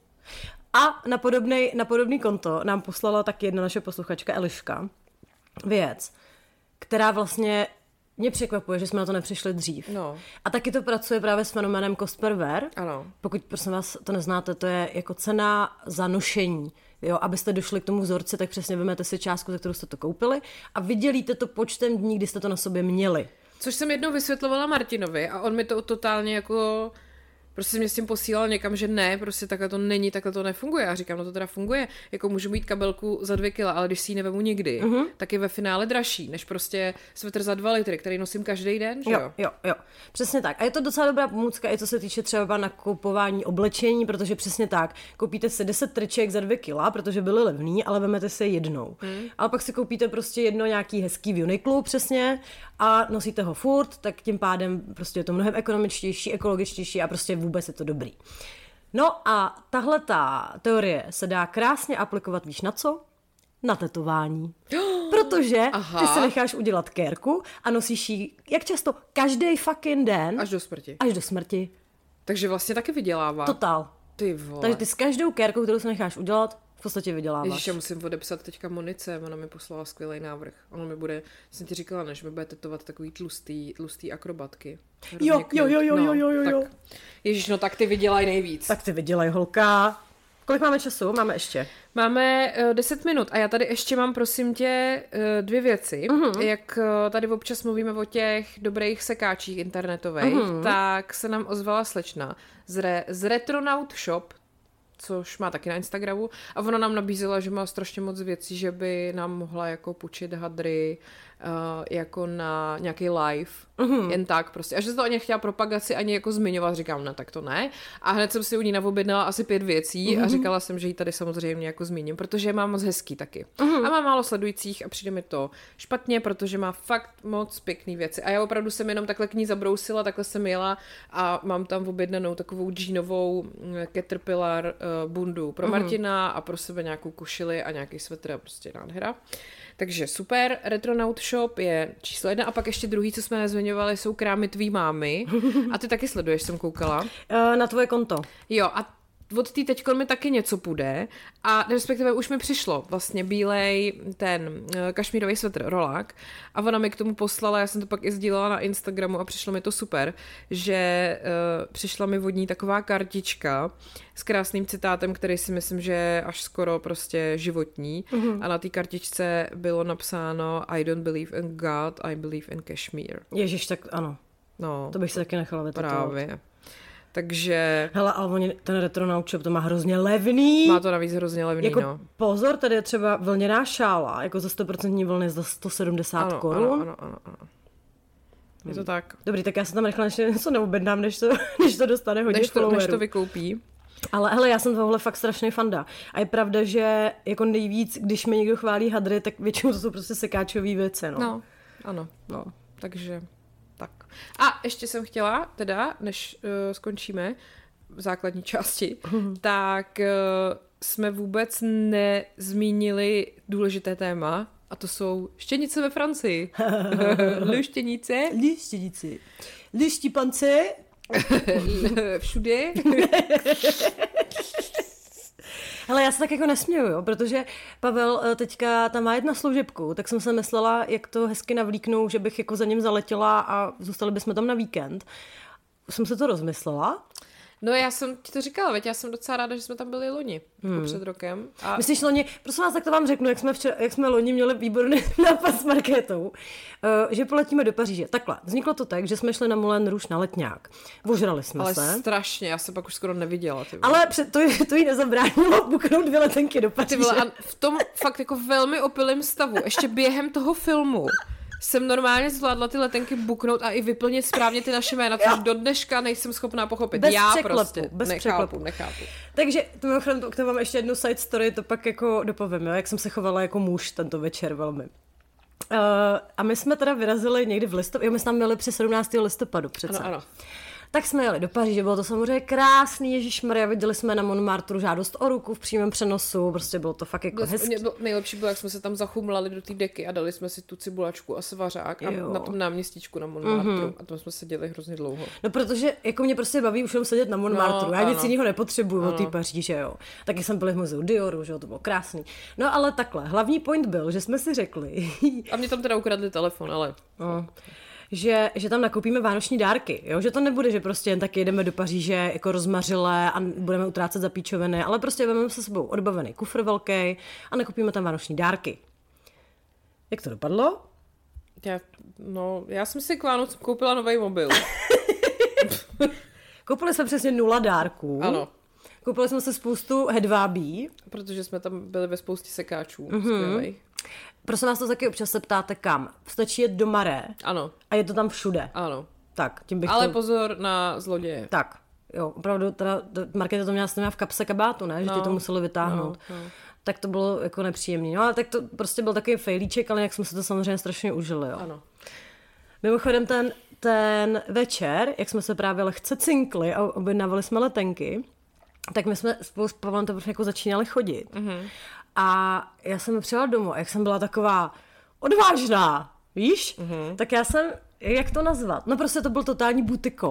A na podobný, na podobný konto nám poslala taky jedna naše posluchačka Eliška věc, která vlastně mě překvapuje, že jsme na to nepřišli dřív. No. A taky to pracuje právě s fenoménem cost per wear. Ano. Pokud prosím vás to neznáte, to je jako cena za nošení. Jo, abyste došli k tomu vzorci, tak přesně vemete si částku, za kterou jste to koupili a vydělíte to počtem dní, kdy jste to na sobě měli. Což jsem jednou vysvětlovala Martinovi a on mi to totálně jako... Prostě mě s tím posílal někam, že ne, prostě takhle to není, takhle to nefunguje. Já říkám, no to teda funguje. Jako můžu mít kabelku za dvě kila, ale když si ji nevemu nikdy, uh-huh. tak je ve finále dražší, než prostě svetr za dva litry, který nosím každý den, že jo? Jo, jo, jo. Přesně tak. A je to docela dobrá pomůcka, i co se týče třeba nakupování oblečení, protože přesně tak. Koupíte si deset triček za dvě kila, protože byly levný, ale vemete si jednou. Hmm. Ale pak si koupíte prostě jedno nějaký hezký v Uniqlu přesně a nosíte ho furt, tak tím pádem prostě je to mnohem ekonomičtější, ekologičtější a prostě vůbec je to dobrý. No a tahle ta teorie se dá krásně aplikovat, víš na co? Na tetování. Protože Aha. ty se necháš udělat kérku a nosíš ji, jak často, každý fucking den. Až do smrti. Až do smrti. Takže vlastně taky vydělává. Totál. Ty vole. Takže ty s každou kérkou, kterou se necháš udělat, v podstatě vyděláváš. Ježiš, já musím odepsat teďka Monice, ona mi poslala skvělý návrh. Ona mi bude, jsem ti říkala, než mi bude tetovat takový tlustý, tlustý akrobatky. Jo, jo, jo, jo, jo, jo, jo. Tak, ježiš, no tak ty vydělaj nejvíc. Tak ty vydělaj, holka. Kolik máme času? Máme ještě. Máme uh, deset minut a já tady ještě mám, prosím tě, uh, dvě věci. Uh-huh. Jak uh, tady občas mluvíme o těch dobrých sekáčích internetových, uh-huh. tak se nám ozvala slečna z, re, z Retronaut Shop, což má taky na Instagramu, a ona nám nabízela, že má strašně moc věcí, že by nám mohla jako půjčit hadry uh, jako na nějaký live, mm-hmm. jen tak prostě. A že se to ani chtěla propagaci ani jako zmiňovat, říkám, ne, tak to ne. A hned jsem si u ní naobjednala asi pět věcí mm-hmm. a říkala jsem, že ji tady samozřejmě jako zmíním, protože má moc hezký taky. Mm-hmm. A má málo sledujících a přijde mi to špatně, protože má fakt moc pěkný věci. A já opravdu jsem jenom takhle k ní zabrousila, takhle jsem jela a mám tam objednanou takovou džínovou Caterpillar uh, bundu pro mm-hmm. Martina a pro sebe nějakou košili a nějaký svetr a prostě nádhera. Takže super, Retronaut Shop je číslo jedna a pak ještě druhý, co jsme nezmiňovali, jsou krámy tvý mámy a ty taky sleduješ, jsem koukala. Na tvoje konto. Jo a od té teďkon mi taky něco půjde a respektive už mi přišlo vlastně bílej ten kašmírový svetr, rolák a ona mi k tomu poslala, já jsem to pak i sdílela na Instagramu a přišlo mi to super, že uh, přišla mi vodní taková kartička s krásným citátem, který si myslím, že je až skoro prostě životní mm-hmm. a na té kartičce bylo napsáno I don't believe in God, I believe in Kashmir. Ježiš, tak ano. No, to bych se taky nechala vytetovat. Právě. Takže... Hele, ale oni, ten Retronaut Shop to má hrozně levný. Má to navíc hrozně levný, jako, no. Pozor, tady je třeba vlněná šála, jako za sto procent vlny za sto sedmdesát korun. Ano, ano, ano, ano. Je to hmm. tak. Dobrý, tak já se tam rychle něco neobjednám, než to, než to dostane hodně než to, followerů. Než to vykoupí. Ale hele, já jsem tohle fakt strašný fanda. A je pravda, že jako nejvíc, když mi někdo chválí hadry, tak většinou to jsou prostě sekáčové věci, no. No, ano, no. Takže... Tak. A ještě jsem chtěla, teda, než uh, skončíme v základní části, mm. tak uh, jsme vůbec nezmínili důležité téma, a to jsou štěnice ve Francii. Luštěnice. Luštěnice. Luštipance. Všude. Hele, já se tak jako nesměju, jo, protože Pavel teďka tam má jedna služebku, tak jsem se myslela, jak to hezky navlíknou, že bych jako za ním zaletěla a zůstali bychom tam na víkend. Jsem se to rozmyslela. No já jsem ti to říkala, veď já jsem docela ráda, že jsme tam byli loni, hmm. jako před rokem. A... Myslíš loni, prosím vás, tak to vám řeknu, jak jsme, včera, jak jsme loni měli výborný nápad s Markétou, uh, že poletíme do Paříže. Takhle, vzniklo to tak, že jsme šli na Moulin Rouge na letňák. Ožrali jsme Ale se. Ale strašně, já se pak už skoro neviděla. Ty Ale před, to, to jí nezabránilo buknout dvě letenky do Paříže. Ty vole, a v tom fakt jako velmi opilým stavu, ještě během toho filmu, jsem normálně zvládla ty letenky buknout a i vyplnit správně ty naše jména, což do dneška nejsem schopná pochopit. Bez Já překlepu, prostě bez nechápu, překlepu. nechápu. Takže to, to mám ještě jednu side story, to pak jako dopovím, jo, jak jsem se chovala jako muž tento večer velmi. Uh, a my jsme teda vyrazili někdy v listopadu, jo, my jsme tam měli při sedmnáctého listopadu přece. Ano, ano. Tak jsme jeli do Paříže, bylo to samozřejmě krásný, ježišmarja, viděli jsme na Montmartru žádost o ruku v přímém přenosu, prostě bylo to fakt jako bylo, hezký. Bylo, nejlepší bylo, jak jsme se tam zachumlali do té deky a dali jsme si tu cibulačku a svařák a na tom náměstíčku na Montmartru mm-hmm. a tam jsme seděli hrozně dlouho. No protože jako mě prostě baví už jenom sedět na Montmartru, no, já ano. nic jiného nepotřebuju od té Paříže, jo. Taky jsem byli v muzeu Dioru, že jo, to bylo krásný. No ale takhle, hlavní point byl, že jsme si řekli. A mě tam teda ukradli telefon, ale... No. Že, že tam nakoupíme vánoční dárky, jo? Že to nebude, že prostě jen tak jedeme do Paříže jako rozmařilé a budeme utrácet za píčoviny, ale prostě vezmeme se sebou odbavený kufr velký a nakoupíme tam vánoční dárky. Jak to dopadlo? Já, no, já jsem si k Vánocům koupila nový mobil. Koupili jsme přesně nula dárků. Ano. Koupili jsme se spoustu hedvábí. Protože jsme tam byli ve spoustě sekáčů. Mm-hmm. Skvělej. Prosím vás, to taky občas se ptáte kam. Stačí jet do Marais. Ano. A je to tam všude. Ano. Tak, tím bych Ale to... pozor na zloděje. Tak, jo, opravdu, teda Markéta to měla, měla v kapse kabátu, ne? Že no. ti to museli vytáhnout. No, no. Tak to bylo jako nepříjemný. No ale tak to prostě byl takový fejlíček, ale jak jsme se to samozřejmě strašně užili, jo. Ano. Mimochodem ten, ten večer, jak jsme se právě lehce cinkli a objednávali jsme letenky, tak my jsme spolu s Pavlem to jako začínali chodit. Mm-hmm. A já jsem přijela domů, jak jsem byla taková odvážná, víš? Mm-hmm. Tak já jsem, jak to nazvat? No prostě to byl totální booty call.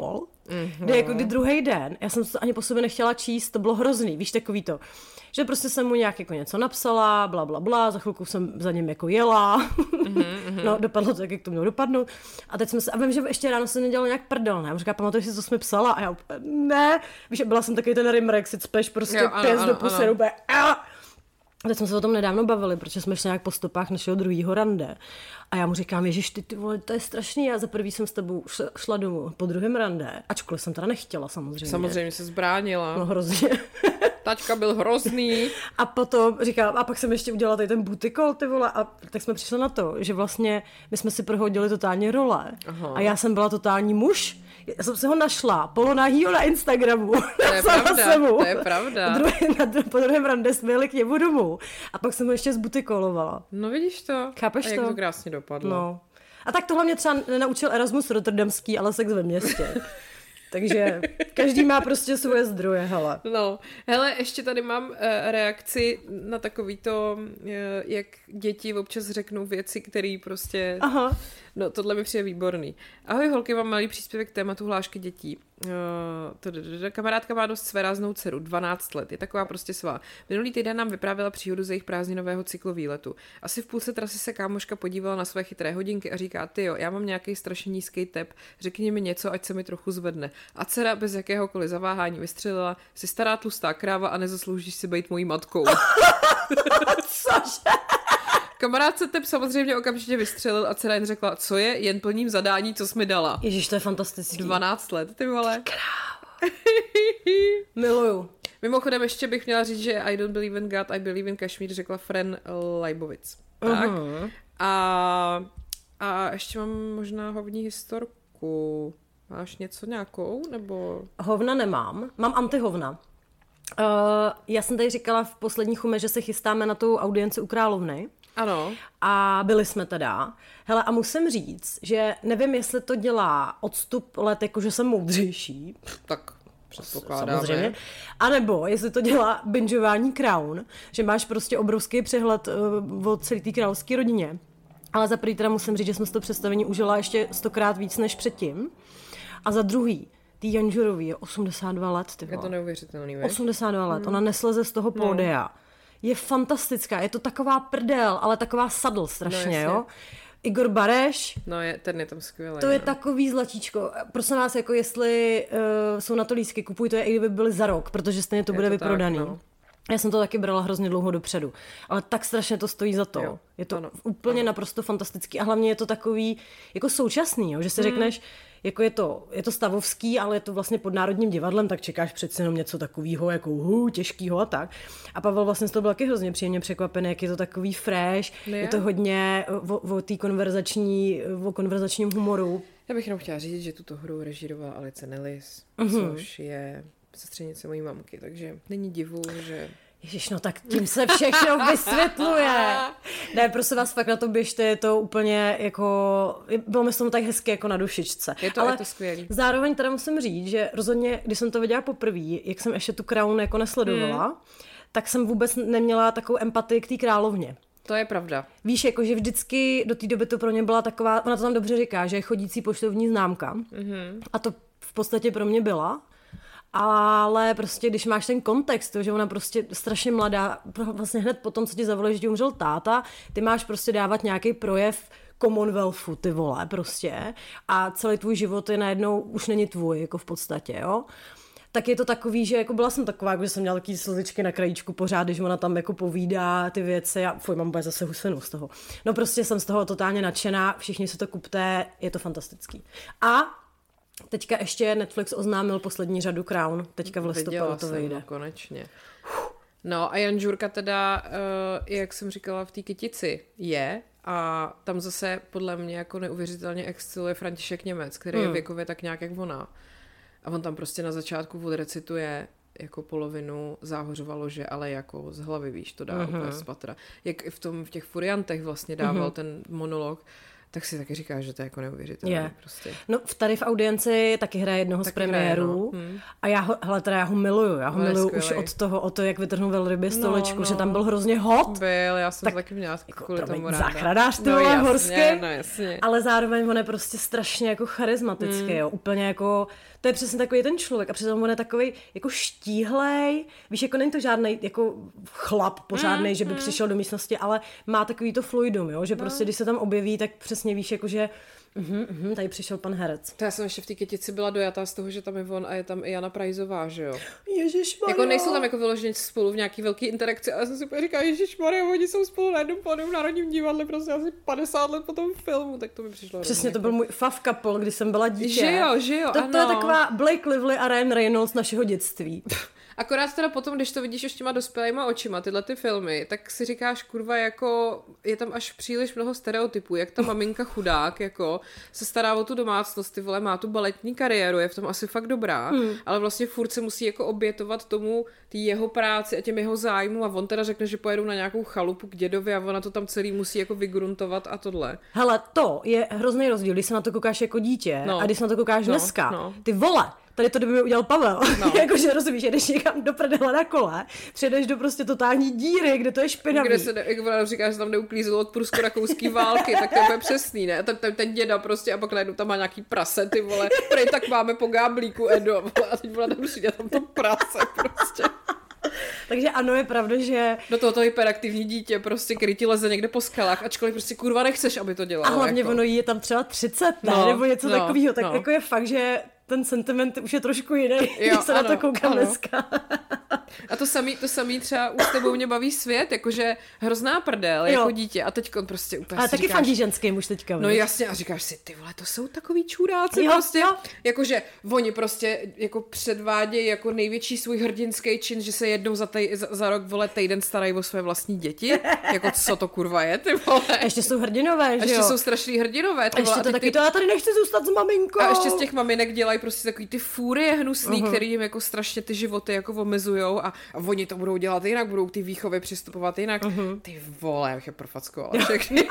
mm-hmm. kde jako kdy druhý den, já jsem to ani po sobě nechtěla číst, to bylo hrozný, víš, takový to, že prostě jsem mu nějak jako něco napsala, bla, bla, bla, za chvilku jsem za ním jako jela, mm-hmm. no dopadlo to tak, jak to mělo dopadnout a teď jsme se, a vím, že ještě ráno jsem nedělala nějak prdel, ne, já mu říkala, pamatuješ si, co jsme psala a já úplně, ne, víš, byla jsem takový ten Rimrex, si cpeš prostě pěst do pusy, úplně, a teď jsme se o tom nedávno bavili, protože jsme šli nějak po stopách našeho druhýho rande. A já mu říkám, ježiš, ty, ty vole, to je strašný, já za prvý jsem s tebou šla domů, po druhém rande, ačkoliv jsem teda nechtěla samozřejmě. Samozřejmě se zbránila. No hrozně. Tačka byl hrozný. A potom říkám, a pak jsem ještě udělala tady ten booty call, ty vole, a tak jsme přišli na to, že vlastně my jsme si prohodili totálně role. Aha. A já jsem byla totální muž. Já jsem se ho našla, polonahýho na Instagramu. To je pravda, to je pravda. Druhý, na, po druhém rande jsme jeli k němu domů. A pak jsem ho ještě zbutikolovala. No vidíš to. Chápeš a to? jak to krásně dopadlo. No. A tak tohle mě třeba nenaučil Erasmus Rotterdamský, ale sex ve městě. Takže každý má prostě svoje zdroje, hele. No, hele, ještě tady mám uh, reakci na takový to, uh, jak děti občas řeknou věci, které prostě... Aha. No, tohle mi přijde výborný. Ahoj holky, mám malý příspěvek k tématu hlášky dětí. Uh, kamarádka má dost svéráznou dceru, dvanáct let, je taková prostě svá. Minulý týden nám vyprávěla příhodu ze jejich prázdninového cyklu výletu. Asi v půlce trasy se kámoška podívala na své chytré hodinky a říká, tyjo, já mám nějaký strašně nízký tep, řekni mi něco, ať se mi trochu zvedne. A dcera bez jakéhokoliv zaváhání vystřelila, jsi stará tlustá kráva a nezasloužíš si být mojí matkou. Cože? Kamarád se tep samozřejmě okamžitě vystřelil a dcera jen řekla, co je, jen plním zadání, co jsi mi dala. Ježiš, to je fantastický. dvanáct let, ty vole. Krávo. Miluju. Mimochodem ještě bych měla říct, že I don't believe in God, I believe in Kashmir, řekla Fran Leibovitz. Tak. Uh-huh. A, a ještě mám možná hovní historku. Máš něco nějakou, nebo... Hovna nemám, mám antihovna. Uh, já jsem tady říkala v poslední chume, že se chystáme na tu audienci u Královny. Ano. A byli jsme teda. Hele, a musím říct, že nevím, jestli to dělá odstup let, jako že jsem moudřejší. Tak předpokládáme. Samozřejmě. A nebo jestli to dělá bingeování Crown, že máš prostě obrovský přehled uh, o celé té královské rodině. Ale za prvý teda musím říct, že jsem si to představení užila ještě stokrát víc než předtím. A za druhý, tý Janžurový je osmdesát dva let. Ty je to neuvěřitelný, víš? osmdesát dva let, hmm. ona nesleze z toho pódia. No. Je fantastická, je to taková prdel, ale taková sadl strašně, no, jo. Igor Bareš. No, je, ten je tam skvělý. To no. je takový zlatíčko. Prosím vás, jako jestli uh, jsou na to lístky, kupujte je, i kdyby byly za rok, protože stejně to je bude to vyprodaný. Tak, no. Já jsem to taky brala hrozně dlouho dopředu. Ale tak strašně to stojí za to. Jo, je to ano, úplně ano. naprosto fantastický. A hlavně je to takový jako současný, jo? Že si hmm. řekneš, jako je to, je to stavovský, ale je to vlastně pod Národním divadlem, tak čekáš přeci jenom něco takového, jako hů, těžkýho a tak. A Pavel vlastně z toho byl taky hrozně příjemně překvapený, jak je to takový fresh, ne? Je to hodně o, o té konverzační, o konverzačním humoru. Já bych jenom chtěla říct, že tuto hru režírovala Alice Nellis, mm-hmm. což je sestřenice mojí mamky, takže není divu, že... Ježiš, no tak tím se všechno vysvětluje. Ne, prosím vás, fakt na to běžte, je to úplně jako, bylo mi s tomu tak hezky jako na dušičce. Je to, ale je to skvělý. Zároveň teda musím říct, že rozhodně, když jsem to viděla poprvé, jak jsem ještě tu Crown jako nesledovala, hmm. tak jsem vůbec neměla takovou empatii k té královně. To je pravda. Víš, jako že vždycky do té doby to pro mě byla taková, ona to tam dobře říká, že je chodící poštovní známka. Mm-hmm. A to v podstatě pro mě byla. Ale prostě, když máš ten kontext, že ona prostě strašně mladá, vlastně hned potom, co ti zavolali, že ti umřel táta, ty máš prostě dávat nějaký projev Commonwealthu, ty vole, prostě. A celý tvůj život je najednou, už není tvůj, jako v podstatě, jo. Tak je to takový, že jako byla jsem taková, jako že jsem měla taky slzičky na krajíčku pořád, když ona tam jako povídá ty věci a fuj, mám úplně zase husenu z toho. No prostě jsem z toho totálně nadšená, všichni si to kupte, je to fantastický. A teďka ještě Netflix oznámil poslední řadu Crown, teďka v listopadu to vyjde. No, konečně. No a Jan Žurka teda, uh, jak jsem říkala, v té Kytici je a tam zase podle mě jako neuvěřitelně exceluje František Němec, který hmm. je věkově tak nějak jak ona. A on tam prostě na začátku odrecituje jako polovinu Záhořova lože, ale jako z hlavy, víš, to dá uh-huh. úplně z patra. Jak i v tom, v těch furiantech vlastně dával uh-huh. ten monolog. tak si taky říkáš, že to je jako neuvěřitelné. Je. Prostě. No tady v audienci taky hraje jednoho taky z premiérů hraje, no. hmm. a já ho, hele, teda já ho miluju, já ho no, miluju už od toho, o to, jak vytrhnul velryby stoličku, no, no. že tam byl hrozně hot. Byl, já jsem tak, to taky měla jako, kvůli tomu ráda. Záchranář ty no, vole jasně, horský, no, jasně. ale zároveň on je prostě strašně jako charismatický, hmm. jo, úplně jako, to je přesně takový ten člověk a přitom on je takový jako štíhlej, víš, jako není to žádnej jako chlap pořádnej, hmm. že by hmm. přišel do místnosti, ale má takový to fluidum, jo, že no. prostě když se tam objeví, tak přesně víš, jako že Uhum, uhum, tady přišel pan herec. To já jsem ještě v té Kytici byla dojatá z toho, že tam je on a je tam i Jana Prajzová, že jo? Ježišmarja. Jako nejsou tam jako vyloženě spolu v nějaký velký interakci, ale já jsem si úplně říkala, ježišmarja, oni jsou spolu na jednom pódiu v Národním divadle prostě asi padesát let po tom filmu, tak to mi přišlo. Přesně, to byl můj fav couple, když jsem byla dítě. Že jo, že jo, to, ano. To je taková Blake Lively a Ryan Reynolds našeho dětství. Akorát teda potom, když to vidíš už těma dospělýma očima, tyhle ty filmy, tak si říkáš, kurva, jako je tam až příliš mnoho stereotypů, jak ta maminka chudák, jako se stará o tu domácnost, ty vole, má tu baletní kariéru, je v tom asi fakt dobrá, hmm. ale vlastně furt se musí jako obětovat tomu tý jeho práci a těm jeho zájmu a on teda řekne, že pojedou na nějakou chalupu k dědovi a ona to tam celý musí jako vygruntovat a tohle. Hele, to je hrozný rozdíl, když se na to koukáš jako dítě no. a když se na to koukáš no, dneska. No. Ty vole, tady to by mi udělal Pavel. No. Jakože rozumíš, jdeš někam do prdele na kole, přijedeš do prostě totální díry, kde to je špinavý. Kde se, jak ona říká, že tam neuklízelo od prusko-rakouský války, tak to je přesný, ne? Ten, ten, ten děda prostě a pak najednou tam má nějaký prase, ty vole, prej tak máme po gáblíku Edo, a teď ona tam přijde tam to prase prostě. Takže ano, je pravda, že... Do tohoto hyperaktivní dítě prostě, který ti leze někde po skalách, ačkoliv prostě kurva nechceš, aby to dělalo. A hlavně jako. ono jí je tam třeba třicet, ne? No, nebo něco no, takového, tak no. jako je fakt, že ten sentiment už je trošku jiný, jo, když se ano, na to koukám ano. dneska. A to samý, to samý třeba už s tebou mě baví svět, jakože hrozná prdel, jo. jako dítě a teďko prostě úplně ale taky říkáš, fandí ženským už teďka. No víš? jasně a říkáš si, ty vole, to jsou takový čuráci jo, prostě, jo. jakože oni prostě jako předvádějí jako největší svůj hrdinský čin, že se jednou za, tej, za, za rok, vole, týden starají o své vlastní děti, jako co to kurva je, ty vole. A ještě jsou hrdinové, že ještě jo? jsou strašný hrdinové. Ty vole, a ještě to taky ty... to, já tady nechci zůstat s maminkou. A ještě z těch maminek dělají prostě takový ty fúrie hnusný, uh-huh. který jim jako strašně ty životy jako omezujou a, a oni to budou dělat jinak, budou ty výchovy přistupovat jinak. Uh-huh. Ty vole, jak je profackovala všechny.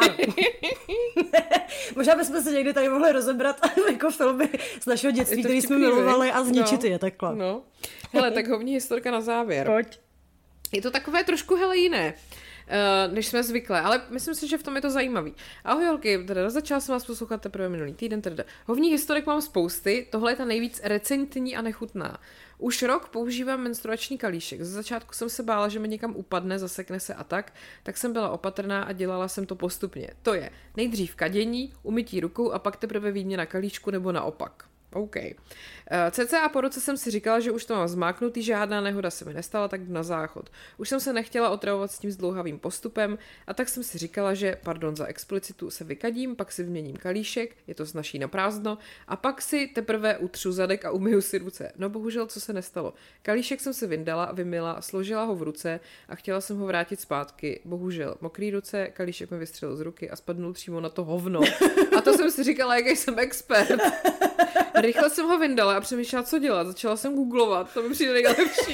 Možná bychom se někdy tady mohli rozebrat jako filmy z našeho dětství, který jsme milovali a zničit no. je takhle. No. Hele, tak hovní historka na závěr. Pojď. Je to takové trošku hele jiné. Uh, než jsme zvyklé, ale myslím si, že v tom je to zajímavý. Ahoj holky, teda začala jsem vás poslouchat teprve minulý týden, teda hovní historik mám spousty, tohle je ta nejvíc recentní a nechutná. Už rok používám menstruační kalíšek. Ze začátku jsem se bála, že mi někam upadne, zasekne se a tak, tak jsem byla opatrná a dělala jsem to postupně. To je nejdřív kadění, umytí rukou a pak teprve výměna kalíčku nebo naopak. OK. Cca po roce jsem si říkala, že už to mám zmáknutý, žádná nehoda se mi nestala, tak jdu na záchod. Už jsem se nechtěla otravovat s tím zdlouhavým postupem a tak jsem si říkala, že, pardon za explicitu, se vykadím, pak si vyměním kalíšek, je to snaží na prázdno, a pak si teprve utřu zadek a umyju si ruce. No bohužel, co se nestalo. Kalíšek jsem si vyndala, vymyla, složila ho v ruce a chtěla jsem ho vrátit zpátky. Bohužel, mokrý ruce, kalíšek mi vystřelil z ruky a spadnul přímo na to hovno. A to jsem si říkala, jaký jsem expert. Rychle jsem ho vyndala a přemýšlela, co dělat. Začala jsem googlovat, to mi přijde nejlepší.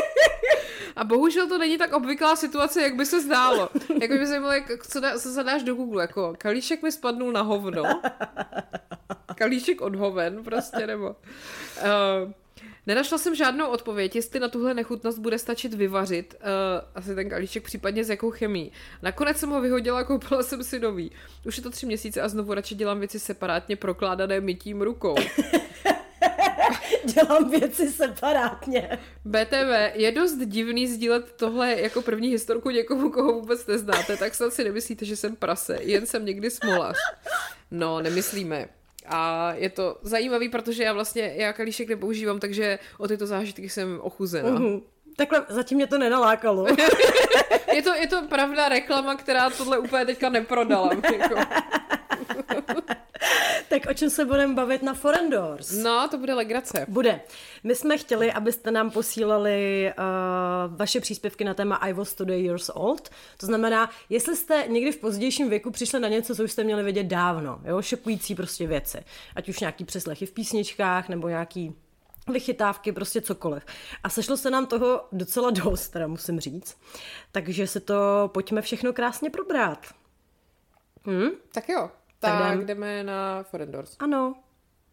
A bohužel to není tak obvyklá situace, jak by se zdálo. Jako by se zajímalo, co, dá, co zadáš do Google, jako kalíšek mi spadnul na hovno. Kalíšek od hoven, prostě, nebo... Uh, Nenašla jsem žádnou odpověď, jestli na tuhle nechutnost bude stačit vyvařit uh, asi ten kalíček, případně s jakou chemií. Nakonec jsem ho vyhodila a koupila jsem si nový. Už je to tři měsíce a znovu radši dělám věci separátně prokládané mytím rukou. Dělám věci separátně. bé té vé, je dost divný sdílet tohle jako první historku někomu, koho vůbec neznáte, tak snad si nemyslíte, že jsem prase, jen jsem někdy smolař. No, nemyslíme. A je to zajímavý, protože já vlastně, já kalíšek nepoužívám, takže o tyto zážitky jsem ochuzená. Uh-huh. Takhle zatím mě to nenalákalo. je, to, je to pravda reklama, která tohle úplně teďka neprodala. Jako. Tak o čem se budeme bavit na Foreign Doors? No, to bude legrace. Bude. My jsme chtěli, abyste nám posílali uh, vaše příspěvky na téma I was today years old. To znamená, jestli jste někdy v pozdějším věku přišli na něco, co už jste měli vědět dávno. Jo? Šokující prostě věci. Ať už nějaký přeslechy v písničkách, nebo nějaký vychytávky, prostě cokoliv. A sešlo se nám toho docela dost, teda musím říct. Takže se to pojďme všechno krásně probrat. Hm? Tak jo. Tak, Tak tak jdeme na Forendors. Ano.